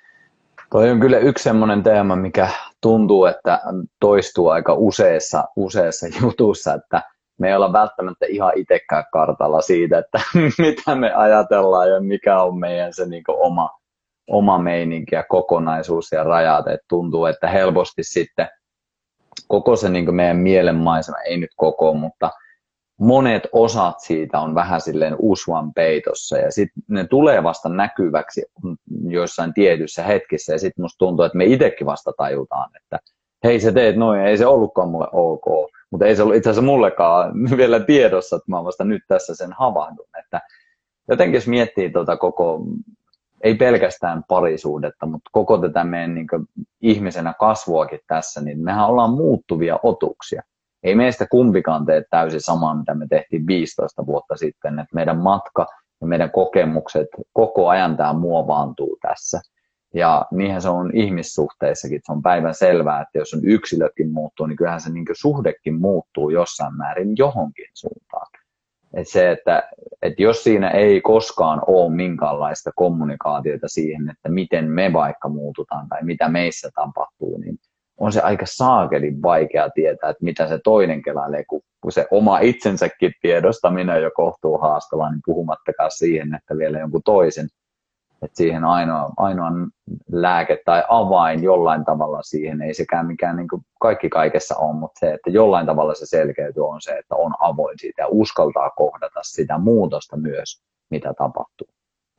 Toi on kyllä yksi semmoinen teema, mikä tuntuu, että toistuu aika useassa, useassa jutussa, että me ei olla välttämättä ihan itsekään kartalla siitä, että mitä me ajatellaan ja mikä on meidän se niin kuin oma, oma meininki ja kokonaisuus ja rajat. Et tuntuu, että helposti sitten koko se niin kuin meidän mielenmaisema, ei nyt koko, mutta monet osat siitä on vähän silleen usvan peitossa ja sitten ne tulee vasta näkyväksi joissain tietyissä hetkissä ja sitten musta tuntuu, että me itsekin vasta tajutaan, että hei sä teet noin, ei se ollutkaan mulle ok, mutta ei se ollut itse asiassa mullekaan vielä tiedossa, että mä vasta nyt tässä sen havahdun, että jotenkin jos miettii tota koko, ei pelkästään parisuudetta, mutta koko tätä meidän niin kuin ihmisenä kasvuakin tässä, niin mehän ollaan muuttuvia otuksia. Ei meistä kumpikaan tee täysin samaa, mitä me tehtiin viisitoista vuotta sitten, että meidän matka ja meidän kokemukset koko ajan tämä muovaantuu tässä. Ja niinhän se on ihmissuhteissakin, se on päivän selvää, että jos on yksilötkin muuttuu, niin kyllähän se niin kuin suhdekin muuttuu jossain määrin johonkin suuntaan. Et se, että, että jos siinä ei koskaan ole minkäänlaista kommunikaatiota siihen, että miten me vaikka muututaan tai mitä meissä tapahtuu, niin on se aika saakelin vaikea tietää, että mitä se toinen kelailee, kun se oma itsensäkin tiedostaminen on jo kohtuu haastavaa, niin puhumattakaan siihen, että vielä jonkun toisen että siihen ainoa, ainoa lääke tai avain jollain tavalla siihen, ei sekään mikään niin kuin kaikki kaikessa on, mutta se, että jollain tavalla se selkeytyy on se, että on avoin siitä ja uskaltaa kohdata sitä muutosta myös, mitä tapahtuu.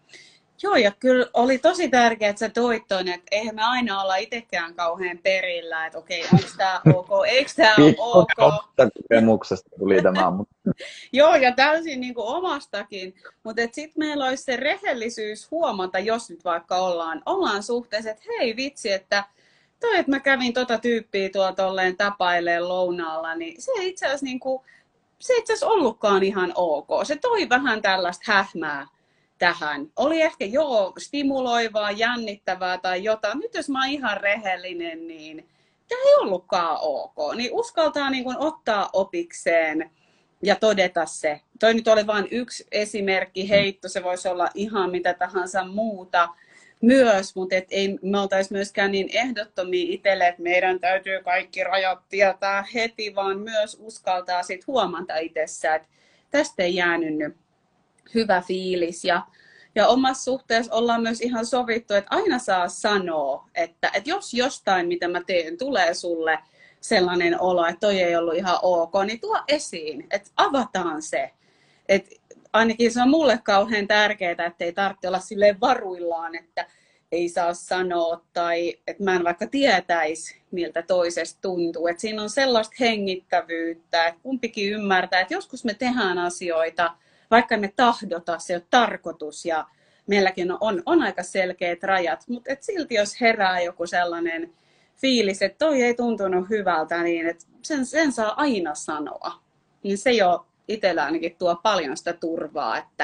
Joo, ja kyllä oli tosi tärkeää, että sä toit ton, että eihän me aina olla itsekään kauhean perillä, että okei, onko tämä ok, eikö tämä ole ok. Kokemuksesta tuli tämä. Mutta... Joo, ja täysin niin kuin omastakin, mutta sitten meillä olisi se rehellisyys huomata, jos nyt vaikka ollaan, ollaan suhteessa, että hei vitsi, että toi, että mä kävin tota tyyppiä tuolla tolleen tapaileen lounaalla, niin se itse asiassa niin kuin, se itse asiassa ollutkaan ihan ok. Se toi vähän tällaista hähmää tähän. Oli ehkä joo stimuloivaa, jännittävää tai jotain. Nyt jos mä oon ihan rehellinen, niin tämä ei ollutkaan ok. Niin uskaltaa niin kuin ottaa opikseen ja todeta se. Toi nyt oli vain yksi esimerkki, heitto, se voisi olla ihan mitä tahansa muuta myös, mutta et ei me oltaisi myöskään niin ehdottomia itselle, että meidän täytyy kaikki rajat tietää heti, vaan myös uskaltaa sit huomata itsessä, että tästä ei jäänyt nyt hyvä fiilis. Ja, ja omassa suhteessa ollaan myös ihan sovittu, että aina saa sanoa, että, että jos jostain, mitä mä teen, tulee sulle sellainen olo, että toi ei ollut ihan ok, niin tuo esiin, että avataan se. Että ainakin se on mulle kauhean tärkeää, että ei tarvitse olla silleen varuillaan, että ei saa sanoa tai että mä en vaikka tietäisi, miltä toisesta tuntuu. Että siinä on sellaista hengittävyyttä, että kumpikin ymmärtää, että joskus me tehdään asioita, vaikka me tahdota, se on tarkoitus ja meilläkin on, on aika selkeät rajat, mutta et silti jos herää joku sellainen fiilis, että toi ei tuntunut hyvältä, niin että sen, sen saa aina sanoa. Niin se jo itsellä ainakin tuo paljon sitä turvaa, että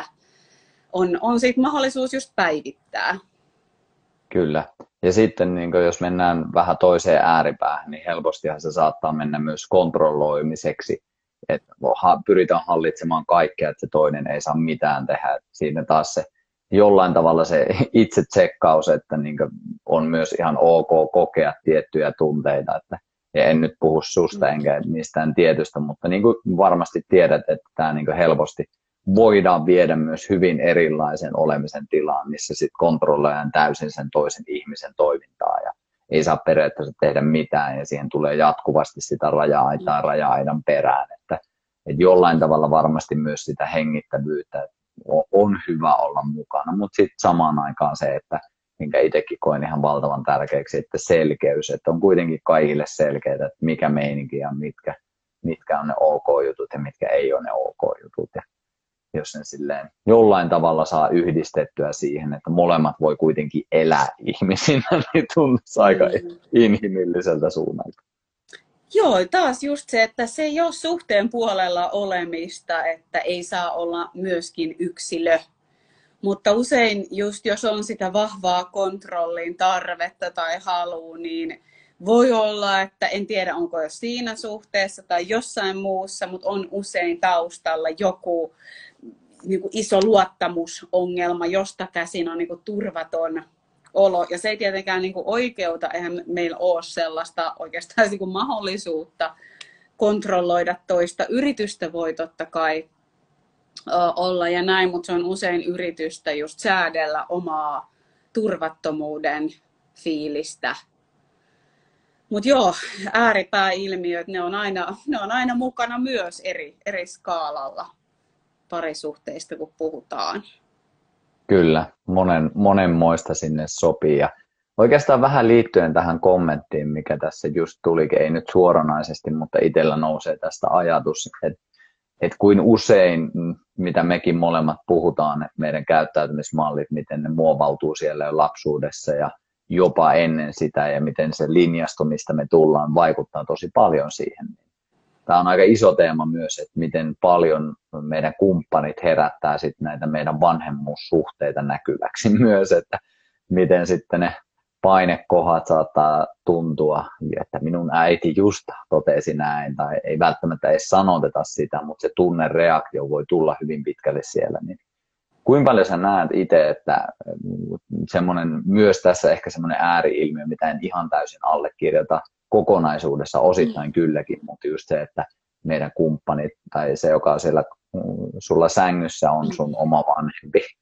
on, on siitä mahdollisuus just päivittää. Kyllä. Ja sitten niin jos mennään vähän toiseen ääripäähän, niin helpostihan se saattaa mennä myös kontrolloimiseksi. Että pyritään hallitsemaan kaikkea, että se toinen ei saa mitään tehdä. Siinä taas se jollain tavalla se itse tsekkaus, että niin on myös ihan ok kokea tiettyjä tunteita. Että en nyt puhu susta enkä mistään tietystä, mutta niin kuin varmasti tiedät, että tämä niin helposti voidaan viedä myös hyvin erilaisen olemisen tilaan, missä sitten kontrolloidaan täysin sen toisen ihmisen toimintaa ja ei saa periaatteessa tehdä mitään ja siihen tulee jatkuvasti sitä raja-aitaa raja-aidan perään, että, että jollain tavalla varmasti myös sitä hengittävyyttä on hyvä olla mukana, mutta sitten samaan aikaan se, että minkä itsekin koen ihan valtavan tärkeäksi, että selkeys, että on kuitenkin kaikille selkeää, että mikä meininki ja mitkä, mitkä on ne ok-jutut ja mitkä ei ole ne ok-jutut. Ja jos sen silleen jollain tavalla saa yhdistettyä siihen, että molemmat voi kuitenkin elää ihmisinä, niin tuntuu aika inhimilliseltä suunnalta. Joo, taas just se, että se ei ole suhteen puolella olemista, että ei saa olla myöskin yksilö. Mutta usein just jos on sitä vahvaa kontrollin tarvetta tai halua, niin voi olla, että en tiedä onko jo siinä suhteessa tai jossain muussa, mutta on usein taustalla joku niin kuin iso luottamusongelma, josta käsin on niin kuin turvaton olo. Ja se ei tietenkään niin kuin oikeuta, eihän meillä ole sellaista oikeastaan niin kuin mahdollisuutta kontrolloida toista. Yritystä voi totta kai olla ja näin, mutta se on usein yritystä just säädellä omaa turvattomuuden fiilistä. Mutta joo, ääripääilmiöt, ne on aina, ne on aina mukana myös eri, eri skaalalla parisuhteista, kun puhutaan. Kyllä, monen, monenmoista sinne sopii. Ja oikeastaan vähän liittyen tähän kommenttiin, mikä tässä just tulikin, ei nyt suoranaisesti, mutta itsellä nousee tästä ajatus, että että kuin usein, mitä mekin molemmat puhutaan, että meidän käyttäytymismallit, miten ne muovautuu siellä jo lapsuudessa ja jopa ennen sitä ja miten se linjasto, mistä me tullaan, vaikuttaa tosi paljon siihen. Tämä on aika iso teema myös, että miten paljon meidän kumppanit herättää sitten näitä meidän vanhemmuussuhteita näkyväksi myös, että miten sitten ne painekohdat saattaa tuntua, että minun äiti just totesi näin, tai ei välttämättä edes sanoteta sitä, mutta se tunnereaktio voi tulla hyvin pitkälle siellä. Niin kuinka paljon sä näet itse, että semmoinen, myös tässä ehkä semmoinen ääri-ilmiö, mitä en ihan täysin allekirjoita kokonaisuudessa, osittain kylläkin, mutta just se, että meidän kumppanit tai se, joka siellä sulla sängyssä on sun oma vanhempi,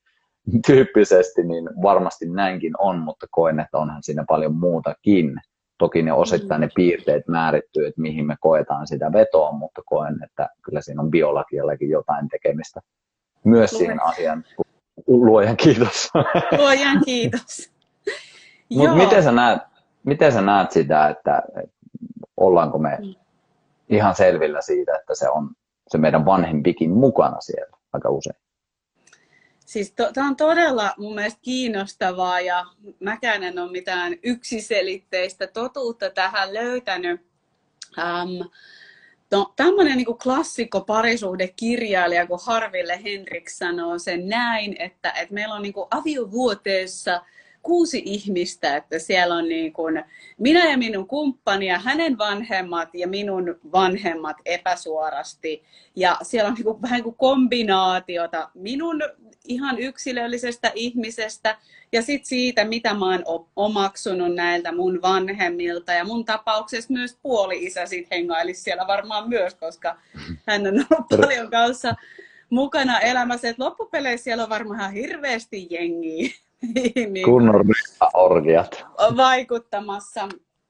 tyyppisesti, niin varmasti näinkin on, mutta koen, että onhan siinä paljon muutakin. Toki ne osittain ne piirteet määrittyy, että mihin me koetaan sitä vetoa, mutta koen, että kyllä siinä on biologiallakin jotain tekemistä myös Luojan. siihen asiaan. Luojan kiitos. Luojan kiitos. Mutta miten sä näet, miten sä näet sitä, että, että ollaanko me ihan selvillä siitä, että se on se meidän vanhempikin mukana siellä aika usein? Siis tämä on todella mun mielestä kiinnostavaa ja mäkään en ole mitään yksiselitteistä totuutta tähän löytänyt. Ähm, no, tämmöinen niin kuin klassikko parisuhdekirjailija kuin Harville Hendrix sanoo sen näin, että, että meillä on niin kuin aviovuoteessa kuusi ihmistä, että siellä on niin kuin minä ja minun kumppani ja hänen vanhemmat ja minun vanhemmat epäsuorasti. Ja siellä on niin kuin vähän kuin kombinaatiota minun ihan yksilöllisestä ihmisestä ja sitten siitä, mitä mä oon omaksunut näiltä mun vanhemmilta. Ja mun tapauksessa myös puoli-isä sit hengailisi siellä varmaan myös, koska hän on ollut paljon kanssa mukana elämässä. Et loppupeleissä siellä on varmaan ihan hirveästi jengiä. Niin, kunnon orgiat. Vaikuttamassa.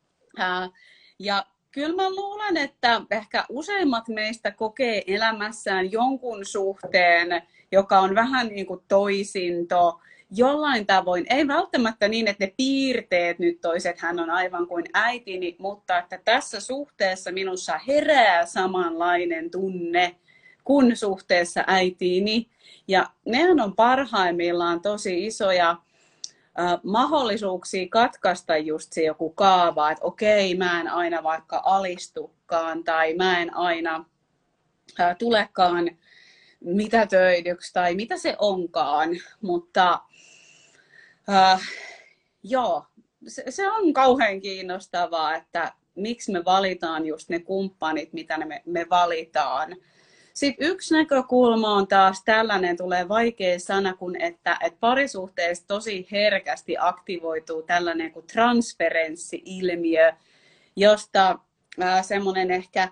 Ja kyllä mä luulen, että ehkä useimmat meistä kokee elämässään jonkun suhteen, joka on vähän niin kuin toisinto, jollain tavoin. Ei välttämättä niin, että ne piirteet nyt toiset, hän on aivan kuin äitini, mutta että tässä suhteessa minussa herää samanlainen tunne kuin suhteessa äitiini. Ja nehän on parhaimmillaan tosi isoja äh, mahdollisuuksia katkaista just se joku kaava, että okei, mä en aina vaikka alistukaan tai mä en aina äh, tulekaan mitätöidyksi tai mitä se onkaan, mutta äh, joo, se, se on kauhean kiinnostavaa, että miksi me valitaan just ne kumppanit, mitä me, me valitaan. Sitten yksi näkökulma on taas tällainen, tulee vaikea sana, kun että, että parisuhteessa tosi herkästi aktivoituu tällainen kuin transferenssi-ilmiö, josta äh, semmoinen ehkä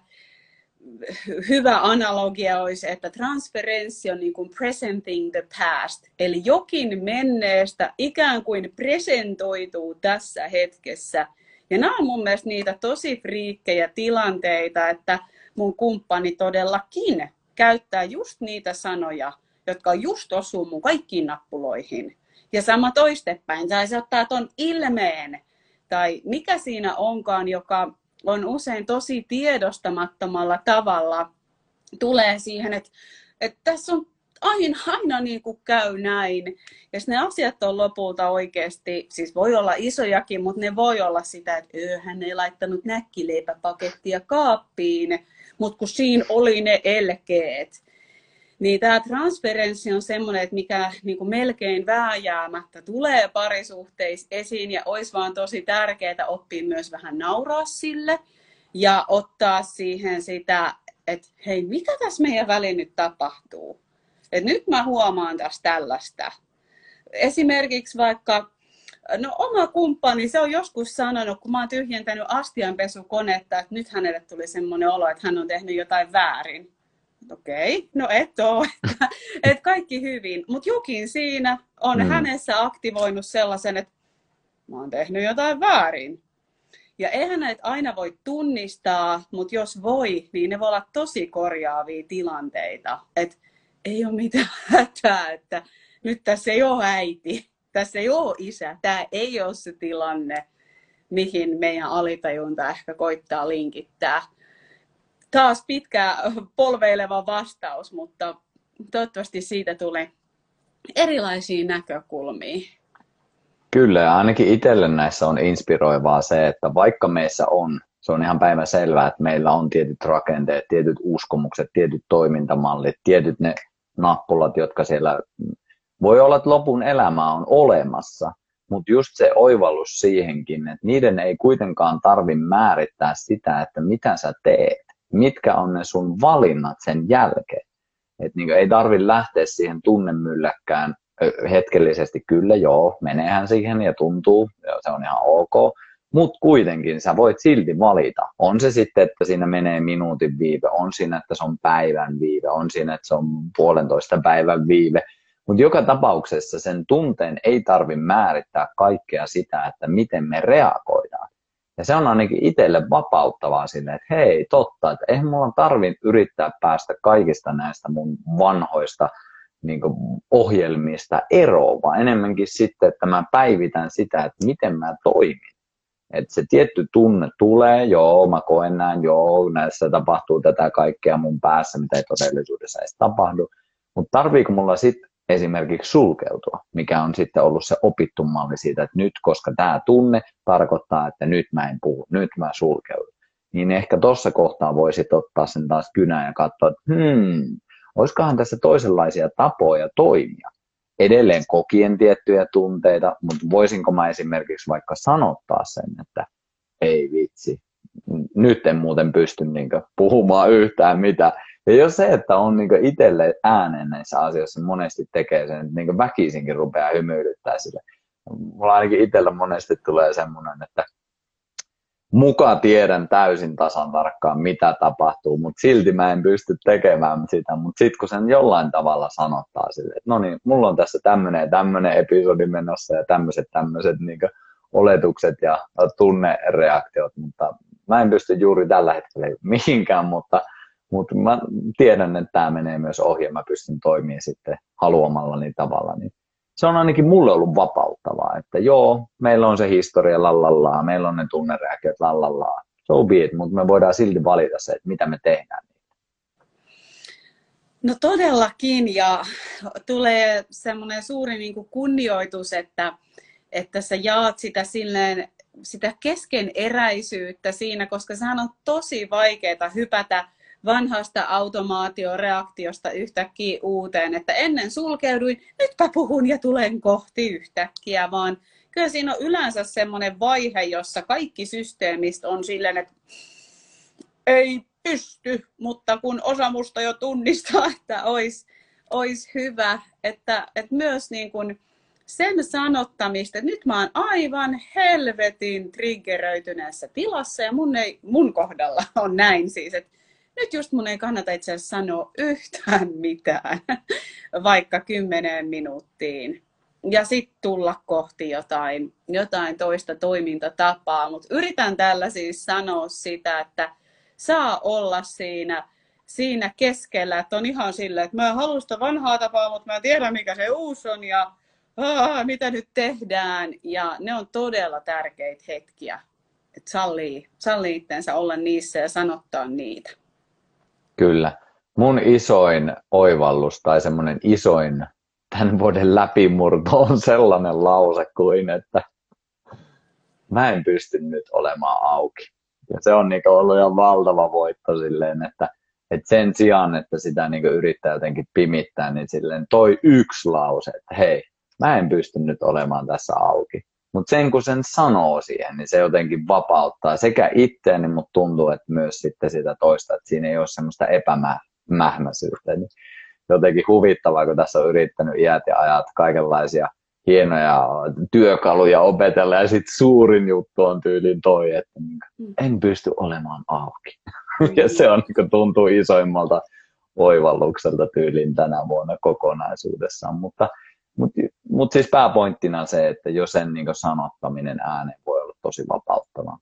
hyvä analogia olisi, että transferenssi on niin kuin presenting the past, eli jokin menneestä ikään kuin presentoituu tässä hetkessä. Ja nämä on mun mielestä niitä tosi friikkejä tilanteita, että mun kumppani todellakin käyttää just niitä sanoja, jotka just osuu mun kaikkiin nappuloihin. Ja sama toistepäin, tai se ottaa ton ilmeen, tai mikä siinä onkaan, joka on usein tosi tiedostamattomalla tavalla, tulee siihen, että, että tässä on aina, aina niin kuin käy näin. Ja ne asiat on lopulta oikeasti, siis voi olla isojakin, mutta ne voi olla sitä, että öö, hän ei laittanut näkkileipäpakettia kaappiin, mutta kun siinä oli ne elkeet. Niin tämä transferenssi on semmoinen, että mikä niin kuin melkein vääjäämättä tulee parisuhteissa esiin ja olisi vaan tosi tärkeää oppia myös vähän nauraa sille ja ottaa siihen sitä, että hei, mikä tässä meidän väliin nyt tapahtuu? Et nyt mä huomaan tässä tällaista. Esimerkiksi vaikka, no oma kumppani, se on joskus sanonut, kun mä oon tyhjentänyt astianpesukonetta, että nyt hänelle tuli semmoinen olo, että hän on tehnyt jotain väärin. Okei, okay. No et oo, että, että kaikki hyvin. Mutta jokin siinä on mm. hänessä aktivoinut sellaisen, että mä oon tehnyt jotain väärin. Ja eihän näitä aina voi tunnistaa, mutta jos voi, niin ne voi olla tosi korjaavia tilanteita. Että ei ole mitään hätää, että nyt tässä ei ole äiti, tässä ei ole isä. Tämä ei ole se tilanne, mihin meidän alitajunta ehkä koittaa linkittää. Taas pitkä polveileva vastaus, mutta toivottavasti siitä tulee erilaisia näkökulmia. Kyllä, ja ainakin itselle näissä on inspiroivaa se, että vaikka meissä on, se on ihan päivänselvää, että meillä on tietyt rakenteet, tietyt uskomukset, tietyt toimintamallit, tietyt ne nappulat, jotka siellä voi olla, että lopun elämää on olemassa, mutta just se oivallus siihenkin, että niiden ei kuitenkaan tarvitse määrittää sitä, että mitä sä teet, mitkä on ne sun valinnat sen jälkeen. Et niin ei tarvitse lähteä siihen tunnemylläkkään hetkellisesti, kyllä joo, meneehän siihen ja tuntuu, ja se on ihan ok, mutta kuitenkin sä voit silti valita. On se sitten, että siinä menee minuutin viive, on siinä, että se on päivän viive, on siinä, että se on puolentoista päivän viive, Mutta joka tapauksessa sen tunteen ei tarvitse määrittää kaikkea sitä, että miten me reagoidaan. Ja se on ainakin itselle vapauttavaa silleen, että hei, totta, että eihän mulla tarvitse yrittää päästä kaikista näistä mun vanhoista niin kuin ohjelmista eroon, vaan enemmänkin sitten, että mä päivitän sitä, että miten mä toimin. Että se tietty tunne tulee, joo, mä koen näin, joo, näissä tapahtuu tätä kaikkea mun päässä, mitä ei todellisuudessa edes tapahdu. Mutta tarviiko mulla sitten esimerkiksi sulkeutua, mikä on sitten ollut se opittu malli siitä, että nyt, koska tämä tunne tarkoittaa, että nyt mä en puhu, nyt mä sulkeudun. Niin ehkä tuossa kohtaa voisit ottaa sen taas kynään ja katsoa, että hmm, olisikohan tässä toisenlaisia tapoja toimia. Edelleen kokien tiettyjä tunteita, mutta voisinko mä esimerkiksi vaikka sanottaa sen, että ei vitsi, nyt en muuten pysty niinkö puhumaan yhtään mitään. Ja jos se, että on niinkö itselle ääneen näissä asioissa, monesti tekee sen, että niinkö väkisinkin rupeaa hymyilyttää sille. Mulla ainakin itsellä monesti tulee semmoinen, että muka tiedän täysin tasan tarkkaan, mitä tapahtuu, mutta silti mä en pysty tekemään sitä. Mutta sitten kun sen jollain tavalla sanottaa sille, että no niin, mulla on tässä tämmöinen ja tämmöinen episodi menossa ja tämmöiset tämmöiset niin oletukset ja tunnereaktiot, mutta mä en pysty juuri tällä hetkellä mihinkään, mutta, mutta mä tiedän, että tämä menee myös ohi ja mä pystyn toimimaan sitten haluamallani tavalla. Niin se on ainakin mulle ollut vapauttavaa, että joo, meillä on se historia lallallaa, meillä on ne tunnereaktiot lallallaa, so be it, mutta me voidaan silti valita se, että mitä me tehdään. No todellakin, ja tulee semmoinen suuri niin kuin kunnioitus, että, että sä jaat sitä, silleen, sitä keskeneräisyyttä siinä, koska sehän on tosi vaikeaa hypätä vanhasta automaatioreaktiosta yhtäkkiä uuteen, että ennen sulkeuduin, nytpä puhun ja tulen kohti yhtäkkiä, vaan kyllä siinä on yleensä semmoinen vaihe, jossa kaikki systeemistä on silleen, että ei pysty, mutta kun osa musta jo tunnistaa, että olisi, olisi hyvä, että, että myös niin kuin sen sanottamista, että nyt mä oon aivan helvetin triggeröityneessä tilassa ja mun, ei, mun kohdalla on näin siis, että nyt just mun ei kannata itse asiassa sanoa yhtään mitään, vaikka kymmeneen minuuttiin. Ja sitten tulla kohti jotain, jotain toista toimintatapaa. Mutta yritän tällä siis sanoa sitä, että saa olla siinä, siinä keskellä. Että on ihan silleen, että mä haluan sitä vanhaa tapaa, mutta mä en tiedä mikä se uusi on ja aah, mitä nyt tehdään. Ja ne on todella tärkeitä hetkiä, että sallii, sallii itsensä olla niissä ja sanottaa niitä. Kyllä. Mun isoin oivallus tai semmoinen isoin tämän vuoden läpimurto on sellainen lause kuin, että mä en pysty nyt olemaan auki. Ja se on niin ollut ihan valtava voitto silleen, että, että sen sijaan, että sitä niin yrittää jotenkin pimittää, niin silleen toi yksi lause, että hei, mä en pysty nyt olemaan tässä auki. Mutta sen kun sen sanoo siihen, niin se jotenkin vapauttaa sekä itseäni, mutta tuntuu, että myös sitten sitä toista, että siinä ei ole semmoista epämähmäisyyttä. Niin jotenkin huvittavaa, kun tässä on yrittänyt iät ja ajat kaikenlaisia hienoja työkaluja opetella, ja sitten suurin juttu on tyylin toi, että en pysty olemaan auki. Ja se on, tuntuu isoimmalta oivallukselta tyylin tänä vuonna kokonaisuudessaan, mutta Mutta mut siis pääpointtina se, että jo sen niin sanottaminen ääneen voi olla tosi vapauttavaa.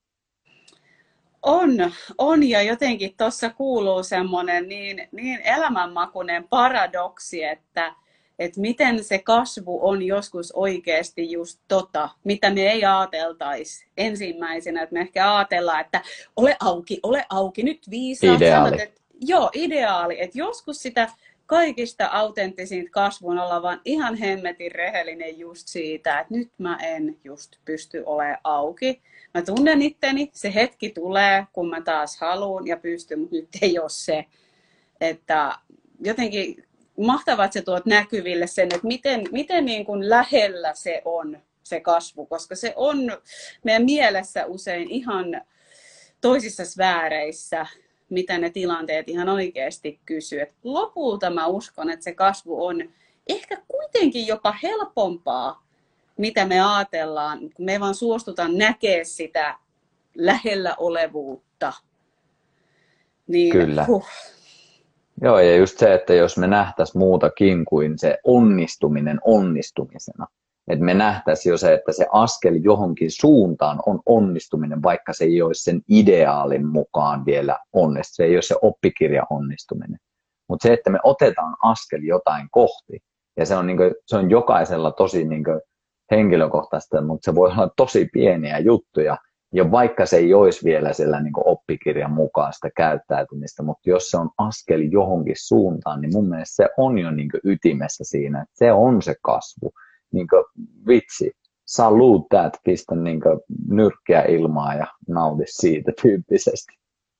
On, on ja jotenkin tuossa kuuluu semmoinen niin, niin elämänmakuinen paradoksi, että, että miten se kasvu on joskus oikeasti just tota, mitä me ei ajateltaisi ensimmäisenä. Että me ehkä ajatellaan, että ole auki, ole auki, nyt viisaat sanat. Että, joo, ideaali. Että joskus sitä kaikista autenttisinta kasvun olla vaan ihan hemmetin rehellinen just siitä, että nyt mä en just pysty olemaan auki. Mä tunnen itteni, se hetki tulee, kun mä taas haluan ja pystyn, mutta nyt ei ole se. Että jotenkin mahtavaa, että sä tuot näkyville sen, että miten, miten niin kuin lähellä se on, se kasvu, koska se on meidän mielessä usein ihan toisissa sfääreissä, mitä ne tilanteet ihan oikeasti kysyy. Et lopulta mä uskon, että se kasvu on ehkä kuitenkin jopa helpompaa, mitä me ajatellaan, kun me vaan suostutaan näkemään sitä lähellä olevuutta. Niin, Kyllä. Huh. Joo, ja just se, että jos me nähtäisiin muutakin kuin se onnistuminen onnistumisena, että me nähtäisiin jo se, että se askel johonkin suuntaan on onnistuminen, vaikka se ei olisi sen ideaalin mukaan vielä onnistuminen, se ei ole se oppikirja onnistuminen. Mutta se, että me otetaan askel jotain kohti, ja se on, niin kuin, se on jokaisella tosi niin kuin henkilökohtaista, mutta se voi olla tosi pieniä juttuja, ja vaikka se ei olisi vielä siellä niin kuin oppikirjan mukaan sitä käyttäytymistä, mutta jos se on askel johonkin suuntaan, niin mun mielestä se on jo niin kuin ytimessä siinä, että se on se kasvu. Niin kuin, vitsi, salute that, pistä niin kuin nyrkkiä ilmaa ja nauti siitä tyyppisesti.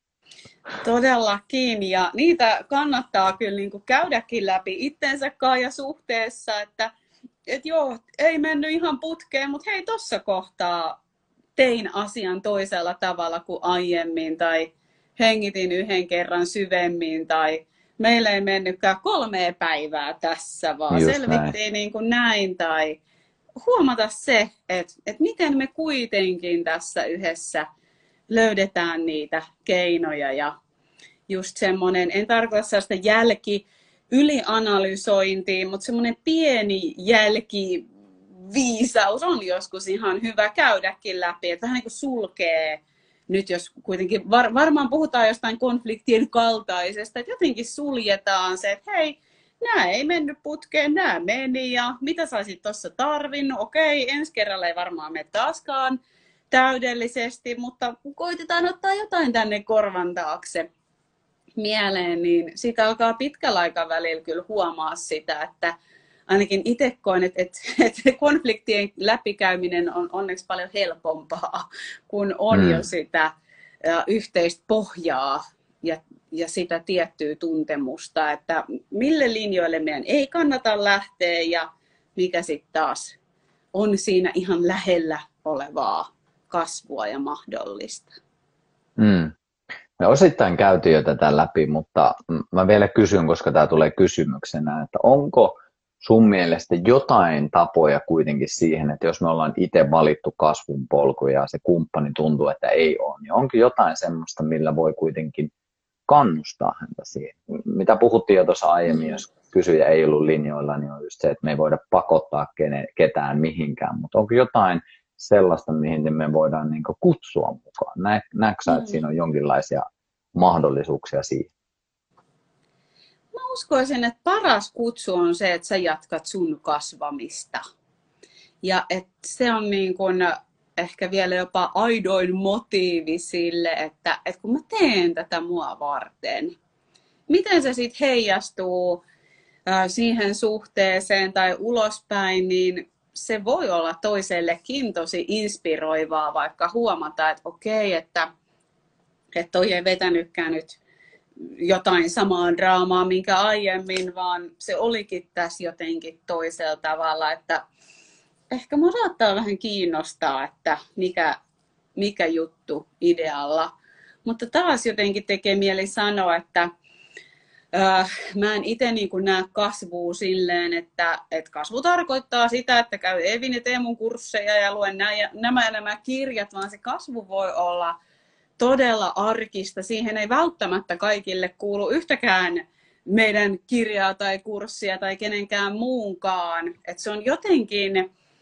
Todellakin, ja niitä kannattaa kyllä niin kuin käydäkin läpi itsensä kanssa ja suhteessa, että et joo, ei mennyt ihan putkeen, mutta hei, tuossa kohtaa tein asian toisella tavalla kuin aiemmin, tai hengitin yhden kerran syvemmin, tai meillä ei mennytkään kolmea päivää tässä, vaan Just selvittiin näin. niin kuin näin, tai huomata se, että, että miten me kuitenkin tässä yhdessä löydetään niitä keinoja, ja just semmoinen, en tarkoita sellaista jälki, ylianalysointiin, mutta semmoinen pieni jälkiviisaus on joskus ihan hyvä käydäkin läpi, että vähän niin kuin sulkee, nyt jos kuitenkin var, varmaan puhutaan jostain konfliktien kaltaisesta, että jotenkin suljetaan se, että hei, nämä ei mennyt putkeen, nämä meni ja mitä sä olisit tuossa tarvinnut, okei, ensi kerralla ei varmaan mene taaskaan täydellisesti, mutta koitetaan ottaa jotain tänne korvan taakse mieleen, niin siitä alkaa pitkällä aikavälillä kyllä huomaa sitä, että ainakin itse koen, että, että, että konfliktien läpikäyminen on onneksi paljon helpompaa, kun on mm. jo sitä yhteistä pohjaa ja, ja sitä tiettyä tuntemusta, että mille linjoille meidän ei kannata lähteä ja mikä sitten taas on siinä ihan lähellä olevaa kasvua ja mahdollista. Mm. Me osittain käytiin jo tätä läpi, mutta mä vielä kysyn, koska tämä tulee kysymyksenä, että onko sun mielestä jotain tapoja kuitenkin siihen, että jos me ollaan itse valittu kasvun polku ja se kumppani tuntuu, että ei ole, niin onko jotain semmoista, millä voi kuitenkin kannustaa häntä siihen? Mitä puhuttiin jo tuossa aiemmin, jos kysyjä ei ollut linjoilla, niin on just se, että me ei voida pakottaa ketään mihinkään, mutta onko jotain sellaista, mihin me voidaan niin kuin kutsua mukaan? Nä, näetkö sä, että siinä on jonkinlaisia mahdollisuuksia siihen? Mä uskoisin, että paras kutsu on se, että sä jatkat sun kasvamista. Ja että se on niin kuin ehkä vielä jopa aidoin motiivi sille, että, että kun mä teen tätä mua varten, miten se sitten heijastuu siihen suhteeseen tai ulospäin, niin se voi olla toisellekin tosi inspiroivaa, vaikka huomata, että okei, että, että toi ei vetänytkään nyt jotain samaa draamaa, minkä aiemmin, vaan se olikin tässä jotenkin toisella tavalla, että ehkä mua saattaa vähän kiinnostaa, että mikä, mikä juttu idealla. Mutta taas jotenkin tekee mieli sanoa, että äh, mä en itse niin kuin näe kasvua silleen, että, että kasvu tarkoittaa sitä, että käy Evin ja Teemun kursseja ja luen nämä ja nämä, ja nämä kirjat, vaan se kasvu voi olla todella arkista. Siihen ei välttämättä kaikille kuulu yhtäkään meidän kirjaa tai kurssia tai kenenkään muunkaan. Että se on jotenkin,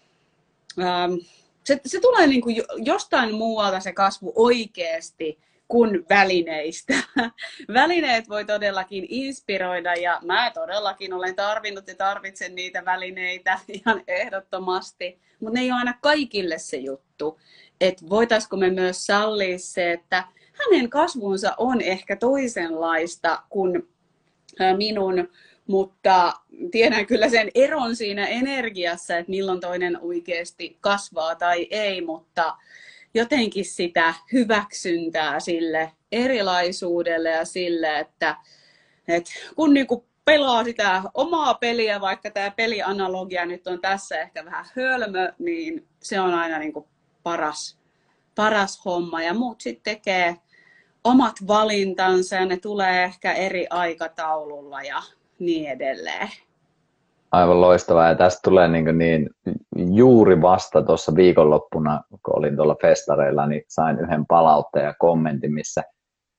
ähm, se, se tulee niin kuin jostain muualta se kasvu oikeasti kuin välineistä. Välineet voi todellakin inspiroida ja mä todellakin olen tarvinnut ja tarvitsen niitä välineitä ihan ehdottomasti, mutta ne ei ole aina kaikille se juttu. Että voitaisiko me myös sallia se, että hänen kasvunsa on ehkä toisenlaista kuin minun, mutta tiedän kyllä sen eron siinä energiassa, että milloin toinen oikeasti kasvaa tai ei, mutta jotenkin sitä hyväksyntää sille erilaisuudelle ja sille, että, että kun niinku pelaa sitä omaa peliä, vaikka tämä pelianalogia nyt on tässä ehkä vähän hölmö, niin se on aina niinku paras, paras homma. Ja muut sitten tekee omat valintansa ja ne tulee ehkä eri aikataululla ja niin edelleen. Aivan loistavaa. Ja tästä tulee niin, niin juuri vasta tuossa viikonloppuna, kun olin tuolla festareilla, niin sain yhden palautteen ja kommentin, missä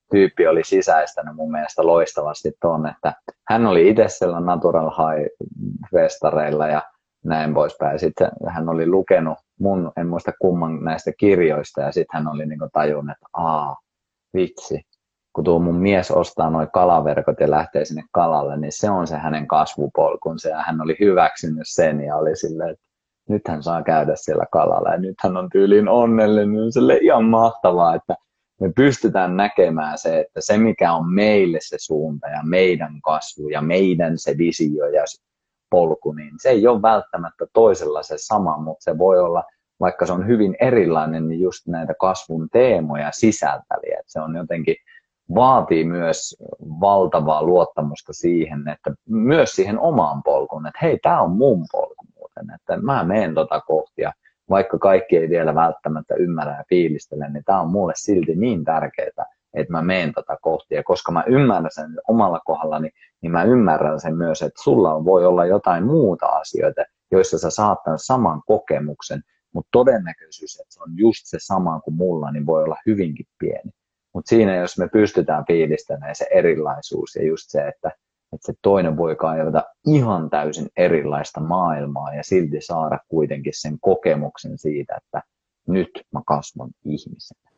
tyyppi oli sisäistänyt mun mielestä loistavasti ton, että hän oli itse siellä Natural High-festareilla ja näin poispäin. Sitten hän oli lukenut mun, en muista kumman näistä kirjoista, ja sitten hän oli niin kuin tajunnut, että aa, vitsi, kun tuo mun mies ostaa noi kalaverkot ja lähtee sinne kalalle, niin se on se hänen kasvupolkunsa, ja hän oli hyväksynyt sen ja oli silleen, että nyt hän saa käydä siellä kalalla, ja nyt hän on tyyliin onnellinen, se oli ihan mahtavaa, että me pystytään näkemään se, että se mikä on meille se suunta ja meidän kasvu ja meidän se visio ja polku, niin se ei ole välttämättä toisella se sama, mutta se voi olla, vaikka se on hyvin erilainen, niin just näitä kasvun teemoja sisältäviä. Se on jotenkin, vaatii myös valtavaa luottamusta siihen, että myös siihen omaan polkuun, että hei, tämä on mun polku muuten, että mä menen tota kohtia. Vaikka kaikki ei vielä välttämättä ymmärrä ja fiilistele, niin tämä on mulle silti niin tärkeää, että mä menen tätä kohti. Ja koska mä ymmärrän sen omalla kohdallani, niin mä ymmärrän sen myös, että sulla voi olla jotain muuta asioita, joissa sä saat tämän saman kokemuksen, mutta todennäköisyys, että se on just se sama kuin mulla, niin voi olla hyvinkin pieni. Mutta siinä, jos me pystytään fiilistämään se erilaisuus ja just se, että että se toinen voi kaivata ihan täysin erilaista maailmaa ja silti saada kuitenkin sen kokemuksen siitä, että nyt mä kasvan ihmisenä.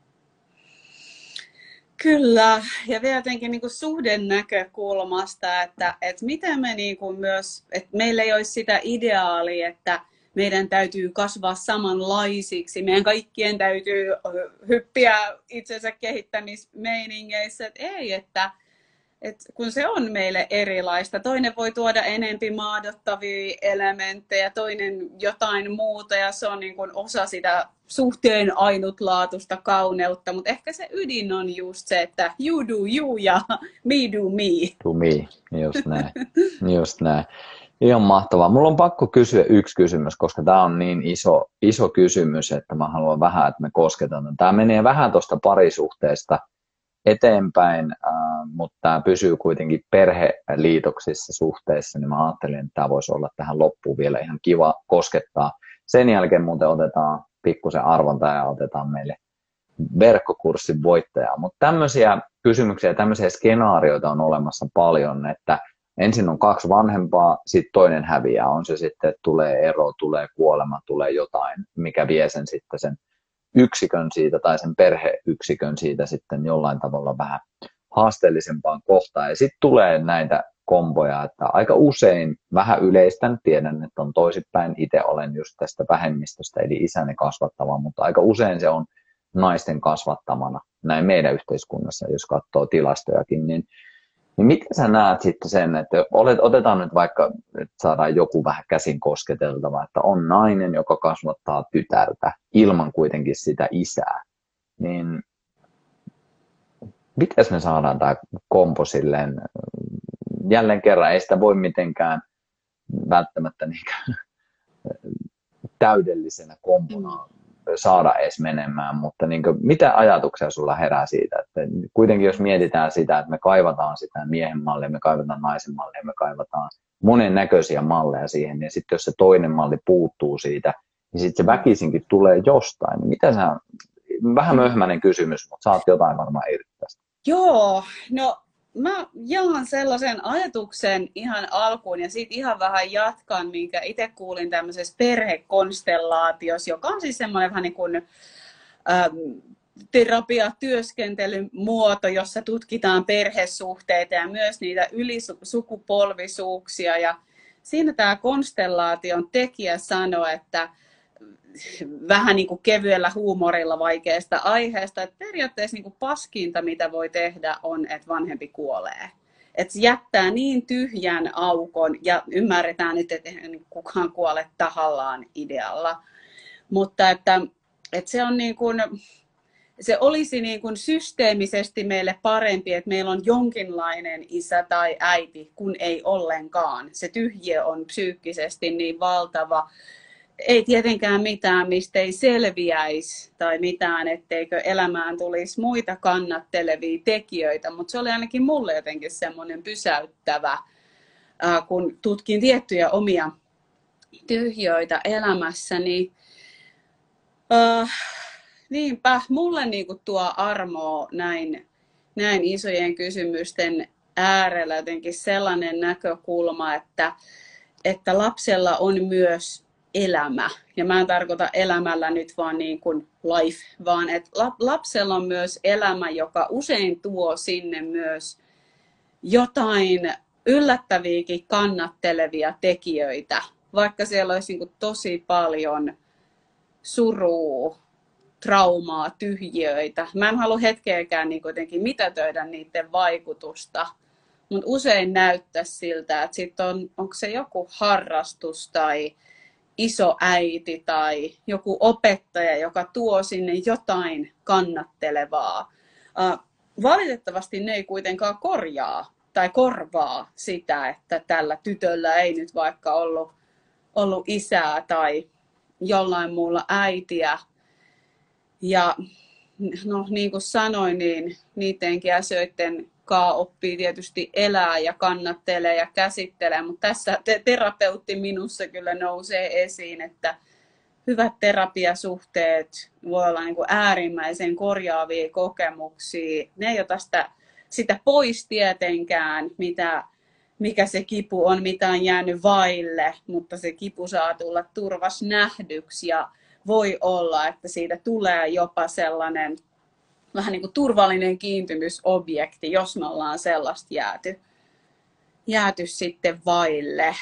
Kyllä, ja vielä jotenkin niin kuin suhden näkökulmasta, että, että miten me niin kuin myös, että meillä ei olisi sitä ideaalia, että meidän täytyy kasvaa samanlaisiksi, meidän kaikkien täytyy hyppiä itsensä kehittämismeiningeissä, että ei, että Et kun se on meille erilaista, toinen voi tuoda enempi maadottavia elementtejä, toinen jotain muuta ja se on niin kuin osa sitä suhteen ainutlaatuista kauneutta, mutta ehkä se ydin on just se, että you do you ja me do me. Do me, just näin. Just näin. Ihan mahtavaa. Mulla on pakko kysyä yksi kysymys, koska tämä on niin iso, iso kysymys, että mä haluan vähän, että me kosketaan. Tämä menee vähän tuosta parisuhteesta eteenpäin, äh, mutta tämä pysyy kuitenkin perheliitoksissa suhteissa, niin mä ajattelin, että tämä voisi olla tähän loppuun vielä ihan kiva koskettaa. Sen jälkeen muuten otetaan pikkusen arvonta ja otetaan meille verkkokurssin voittajaa, mutta tämmöisiä kysymyksiä ja tämmöisiä skenaarioita on olemassa paljon, että ensin on kaksi vanhempaa, sitten toinen häviää, on se sitten, että tulee ero, tulee kuolema, tulee jotain, mikä vie sen sitten sen yksikön siitä tai sen perheyksikön siitä sitten jollain tavalla vähän haasteellisempaan kohtaan. Ja sitten tulee näitä komboja, että aika usein vähän yleistän, tiedän, että on toisinpäin, itse olen just tästä vähemmistöstä, eli isäni kasvattava, mutta aika usein se on naisten kasvattamana näin meidän yhteiskunnassa, jos katsoo tilastojakin, niin, niin miten sä näet sitten sen, että olet, otetaan nyt vaikka, että saadaan joku vähän käsin kosketeltava, että on nainen, joka kasvattaa tytärtä ilman kuitenkin sitä isää, niin miten me saadaan tämä kompo silleen, jälleen kerran ei sitä voi mitenkään välttämättä niin täydellisenä kompona saada edes menemään, mutta niin kuin, mitä ajatuksia sulla herää siitä, että kuitenkin jos mietitään sitä, että me kaivataan sitä miehen mallia, me kaivataan naisen mallia, me kaivataan monen näköisiä malleja siihen, niin sitten jos se toinen malli puuttuu siitä, niin sitten se väkisinkin tulee jostain. Niin mitä sä, vähän möhmäinen kysymys, mutta saat jotain varmaan irti tästä. Joo, no mä jaan sellaisen ajatuksen ihan alkuun ja sitten ihan vähän jatkan, minkä itse kuulin tämmöisessä perhekonstellaatiossa, joka on siis semmoinen vähän niin kuin äm, terapiatyöskentelyn muoto, jossa tutkitaan perhesuhteita ja myös niitä ylisukupolvisuuksia. Ja siinä tämä konstellaation tekijä sanoi, että vähän niin kuin kevyellä huumorilla vaikeasta aiheesta, että periaatteessa niin kuin paskinta, mitä voi tehdä, on, että vanhempi kuolee. Että se jättää niin tyhjän aukon, ja ymmärretään nyt, että ei kukaan kuole tahallaan idealla. Mutta että, että se, on niin kuin, se olisi niin kuin systeemisesti meille parempi, että meillä on jonkinlainen isä tai äiti, kun ei ollenkaan. Se tyhjiö on psyykkisesti niin valtava. Ei tietenkään mitään, mistä ei selviäisi tai mitään, etteikö elämään tulisi muita kannattelevia tekijöitä, mutta se oli ainakin mulle jotenkin semmoinen pysäyttävä, kun tutkin tiettyjä omia tyhjöitä elämässäni. Äh, niinpä, mulle niinku tuo armoa näin näin isojen kysymysten äärellä jotenkin sellainen näkökulma, että, että lapsella on myös elämä. Ja mä en tarkoita elämällä nyt vaan niin kuin life, vaan että lapsella on myös elämä, joka usein tuo sinne myös jotain yllättäviäkin kannattelevia tekijöitä, vaikka siellä olisi niin kuin tosi paljon surua, traumaa, tyhjiöitä. Mä en halua hetkeäkään niin kuitenkin mitätöidä niiden vaikutusta, mutta usein näyttää siltä, että sit on, onko se joku harrastus tai iso äiti tai joku opettaja, joka tuo sinne jotain kannattelevaa. Valitettavasti ne ei kuitenkaan korjaa tai korvaa sitä, että tällä tytöllä ei nyt vaikka ollut, ollut isää tai jollain muulla äitiä. Ja no, niin kuin sanoin, niin niidenkin asioiden kanssa oppii tietysti elää ja kannattelee ja käsittelee, mutta tässä te- terapeutti minussa kyllä nousee esiin, että hyvät terapiasuhteet voi olla niin kuin äärimmäisen korjaavia kokemuksia. Ne ei ota sitä, sitä pois tietenkään, mitä, mikä se kipu on, mitä on jäänyt vaille, mutta se kipu saa tulla turvas nähdyksi ja voi olla, että siitä tulee jopa sellainen vähän niin kuin turvallinen kiintymysobjekti, jos me ollaan sellaista jääty, jääty sitten vaille.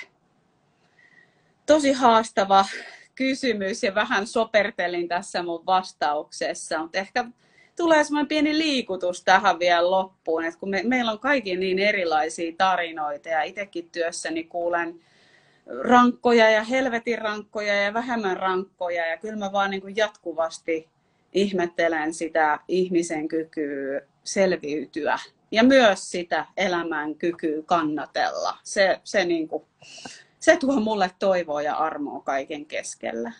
Tosi haastava kysymys ja vähän sopertelin tässä mun vastauksessa, mutta ehkä tulee semmoinen pieni liikutus tähän vielä loppuun, että kun me, meillä on kaikki niin erilaisia tarinoita ja itsekin työssäni kuulen rankkoja ja helvetin rankkoja ja vähemmän rankkoja ja kyllä mä vaan niin kuin jatkuvasti ihmettelen sitä ihmisen kykyä selviytyä ja myös sitä elämän kykyä kannatella. Se, se, niin kuin, se tuo mulle toivoa ja armoa kaiken keskellä.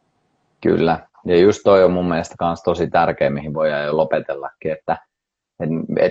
Kyllä, ja just toi on mun mielestä myös tosi tärkeä, mihin voidaan jo lopetellakin, että et, et,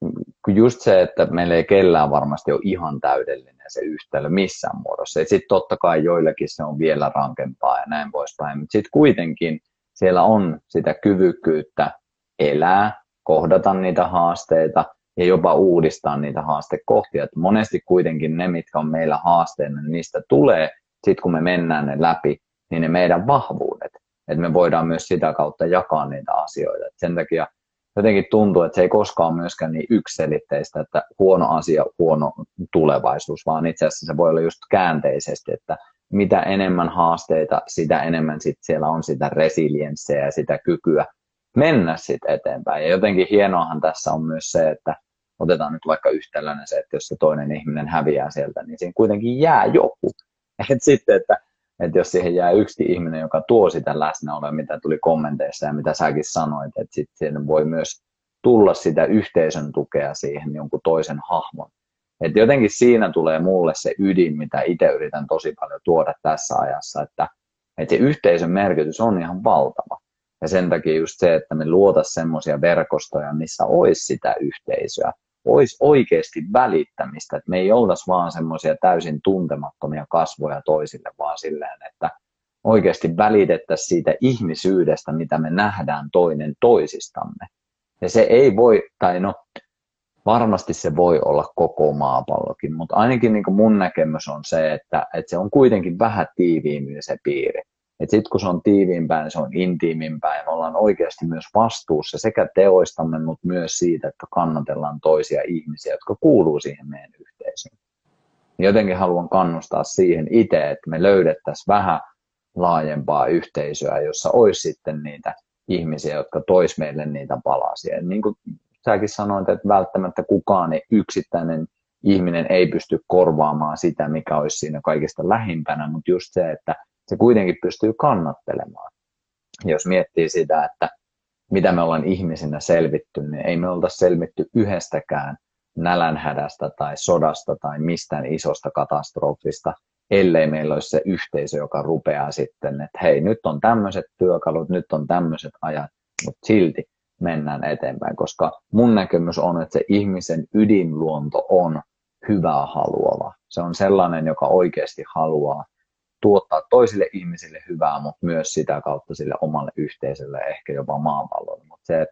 just se, että meillä ei kellään varmasti ole ihan täydellinen se yhtälö missään muodossa. Sitten totta kai joillakin se on vielä rankempaa ja näin poispäin, mutta sitten kuitenkin siellä on sitä kyvykkyyttä elää, kohdata niitä haasteita ja jopa uudistaa niitä haastekohtia. Et monesti kuitenkin ne, mitkä on meillä haasteena, niin niistä tulee, sitten kun me mennään ne läpi, niin ne meidän vahvuudet. Että me voidaan myös sitä kautta jakaa niitä asioita. Et sen takia jotenkin tuntuu, että se ei koskaan myöskään niin yksiselitteistä, että huono asia, huono tulevaisuus, vaan itse asiassa se voi olla just käänteisesti, että mitä enemmän haasteita, sitä enemmän sit siellä on sitä resilienssiä ja sitä kykyä mennä sitten eteenpäin. Ja jotenkin hienoahan tässä on myös se, että otetaan nyt vaikka yhtälönä se, että jos se toinen ihminen häviää sieltä, niin siinä kuitenkin jää joku. Et sitten, että, että jos siihen jää yksi ihminen, joka tuo sitä läsnäoloa, mitä tuli kommenteissa ja mitä säkin sanoit, että sitten siinä voi myös tulla sitä yhteisön tukea siihen jonkun toisen hahmon. Et jotenkin siinä tulee mulle se ydin, mitä itse yritän tosi paljon tuoda tässä ajassa, että, että se yhteisön merkitys on ihan valtava. Ja sen takia just se, että me luotaisiin semmoisia verkostoja, missä olisi sitä yhteisöä, olisi oikeasti välittämistä, että me ei oltaisi vaan semmoisia täysin tuntemattomia kasvoja toisille, vaan silleen, että oikeasti välitettäisiin siitä ihmisyydestä, mitä me nähdään toinen toisistamme. Ja se ei voi, tai no varmasti se voi olla koko maapallokin, mutta ainakin niin kuin mun näkemys on se, että, että se on kuitenkin vähän tiiviimmin se piiri. Että sitten kun se on tiiviimpää, niin se on intiimimpää ja me ollaan oikeasti myös vastuussa sekä teoistamme, mutta myös siitä, että kannatellaan toisia ihmisiä, jotka kuuluu siihen meidän yhteisöön. Jotenkin haluan kannustaa siihen itse, että me löydettäisiin vähän laajempaa yhteisöä, jossa olisi sitten niitä ihmisiä, jotka tois meille niitä palasia. Ja niin kuin säkin sanoit, että välttämättä kukaan ei, yksittäinen ihminen ei pysty korvaamaan sitä, mikä olisi siinä kaikista lähimpänä, mutta just se, että se kuitenkin pystyy kannattelemaan. Jos miettii sitä, että mitä me ollaan ihmisinä selvitty, niin ei me oltaisi selvitty yhdestäkään nälänhädästä tai sodasta tai mistään isosta katastrofista, ellei meillä olisi se yhteisö, joka rupeaa sitten, että hei, nyt on tämmöiset työkalut, nyt on tämmöiset ajat, mutta silti mennään eteenpäin, koska mun näkemys on, että se ihmisen ydinluonto on hyvää haluava. Se on sellainen, joka oikeasti haluaa tuottaa toisille ihmisille hyvää, mutta myös sitä kautta sille omalle yhteisölle, ehkä jopa maapallolle. Mutta se, että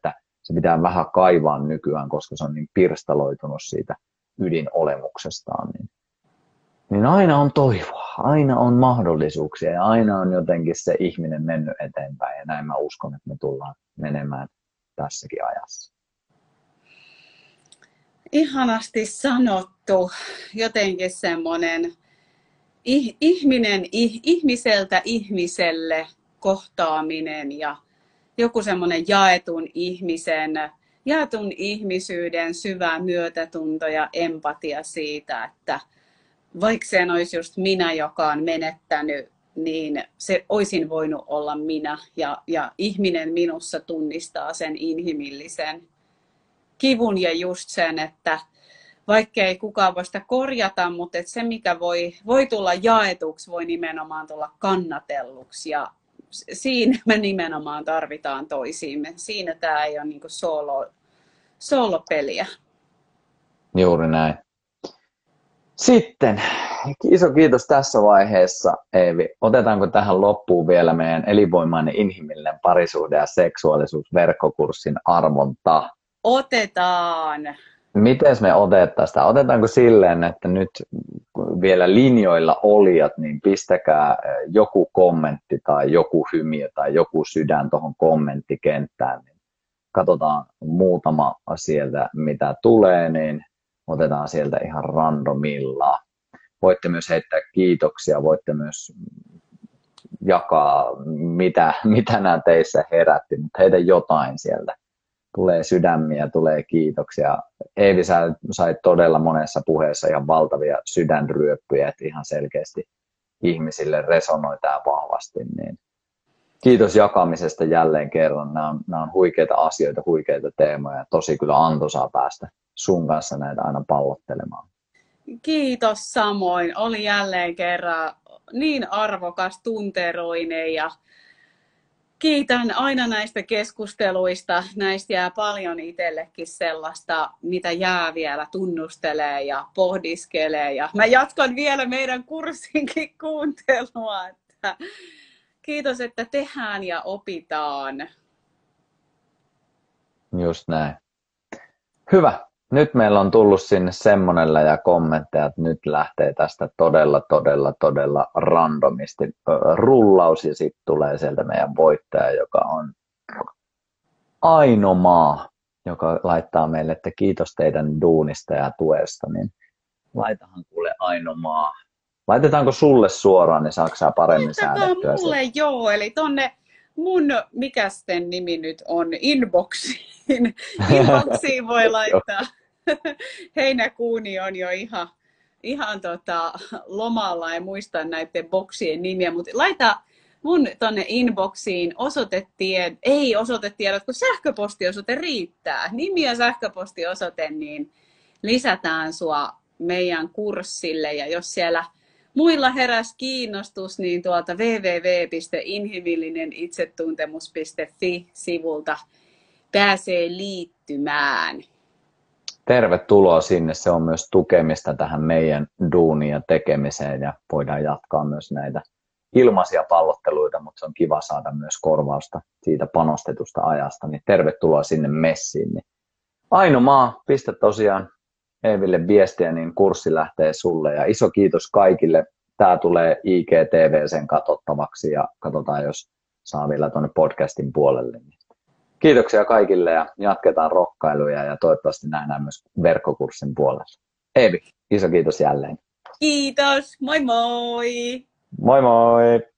se pitää vähän kaivaa nykyään, koska se on niin pirstaloitunut siitä ydinolemuksestaan. Niin, niin aina on toivoa, aina on mahdollisuuksia ja aina on jotenkin se ihminen mennyt eteenpäin. Ja näin mä uskon, että me tullaan menemään tässäkin ajassa. Ihanasti sanottu. Jotenkin semmoinen ihminen, ihmiseltä ihmiselle kohtaaminen ja joku semmoinen jaetun ihmisen, jaetun ihmisyyden syvä myötätunto ja empatia siitä, että vaikka sen olisi just minä, joka on menettänyt, niin se olisin voinut olla minä. Ja, ja ihminen minussa tunnistaa sen inhimillisen kivun ja just sen, että vaikka ei kukaan voi sitä korjata, mutta että se mikä voi, voi tulla jaetuksi, voi nimenomaan tulla kannatelluksi. Ja siinä me nimenomaan tarvitaan toisiimme. Siinä tämä ei ole niin kuin solo, solopeliä. Juuri näin. Sitten iso kiitos tässä vaiheessa, Eevi. Otetaanko tähän loppuun vielä meidän elinvoimainen inhimillinen parisuhde ja seksuaalisuus verkkokurssin arvonta? Otetaan. Miten me otetaan sitä? Otetaanko silleen, että nyt vielä linjoilla olijat, niin pistäkää joku kommentti tai joku hymiö tai joku sydän tuohon kommenttikenttään. Niin katsotaan muutama sieltä, mitä tulee, niin otetaan sieltä ihan randomilla. Voitte myös heittää kiitoksia, voitte myös jakaa, mitä, mitä nämä teissä herätti, mutta heitä jotain sieltä. Tulee sydämiä, tulee kiitoksia. Eevi, sä sait todella monessa puheessa ihan valtavia sydänryöppyjä, että ihan selkeästi ihmisille resonoi tämä vahvasti. Niin kiitos jakamisesta jälleen kerran. Nämä on, nämä on huikeita asioita, huikeita teemoja. Tosi kyllä antoisaa päästä sun kanssa näitä aina pallottelemaan. Kiitos samoin. Oli jälleen kerran niin arvokas, tunteroinen ja kiitän aina näistä keskusteluista. Näistä jää paljon itsellekin sellaista, mitä jää vielä tunnustelee ja pohdiskelee. Ja mä jatkan vielä meidän kurssinkin kuuntelua. Että kiitos, että tehdään ja opitaan. Just näin. Hyvä. Nyt meillä on tullut sinne semmonella ja kommentteja, että nyt lähtee tästä todella, todella, todella randomisti rullaus ja sitten tulee sieltä meidän voittaja, joka on Aino Maa, joka laittaa meille, että kiitos teidän duunista ja tuesta, niin laitahan kuule Aino Maa. Laitetaanko sulle suoraan, niin saako sä paremmin säädettyä? Laitakaa mulle sen? Joo, eli tonne mun, mikä sen nimi nyt on, inboxiin. Inboxiin voi laittaa. Heinäkuuni on jo ihan, ihan tota, lomalla, en muista näiden boksien nimiä, mutta laita mun tonne inboxiin osoitetiedot, ei osoitetiedot, kun sähköpostiosoite riittää. Nimi ja sähköpostiosoite, niin lisätään sua meidän kurssille ja jos siellä muilla heräs kiinnostus, niin tuolta double-u double-u double-u piste inhimillinen itsetuntemus piste fi-sivulta pääsee liittymään. Tervetuloa sinne, se on myös tukemista tähän meidän duuniin ja tekemiseen ja voidaan jatkaa myös näitä ilmaisia pallotteluita, mutta se on kiva saada myös korvausta siitä panostetusta ajasta, niin tervetuloa sinne messiin. Niin Aino Maa, pistä tosiaan Eeville viestiä, niin kurssi lähtee sulle ja iso kiitos kaikille. Tämä tulee I G T V sen katsottavaksi ja katsotaan, jos saa vielä tuonne podcastin puolelle. Kiitoksia kaikille ja jatketaan rokkailuja ja toivottavasti nähdään myös verkkokurssin puolella. Eevi, iso kiitos jälleen. Kiitos, moi moi! Moi moi!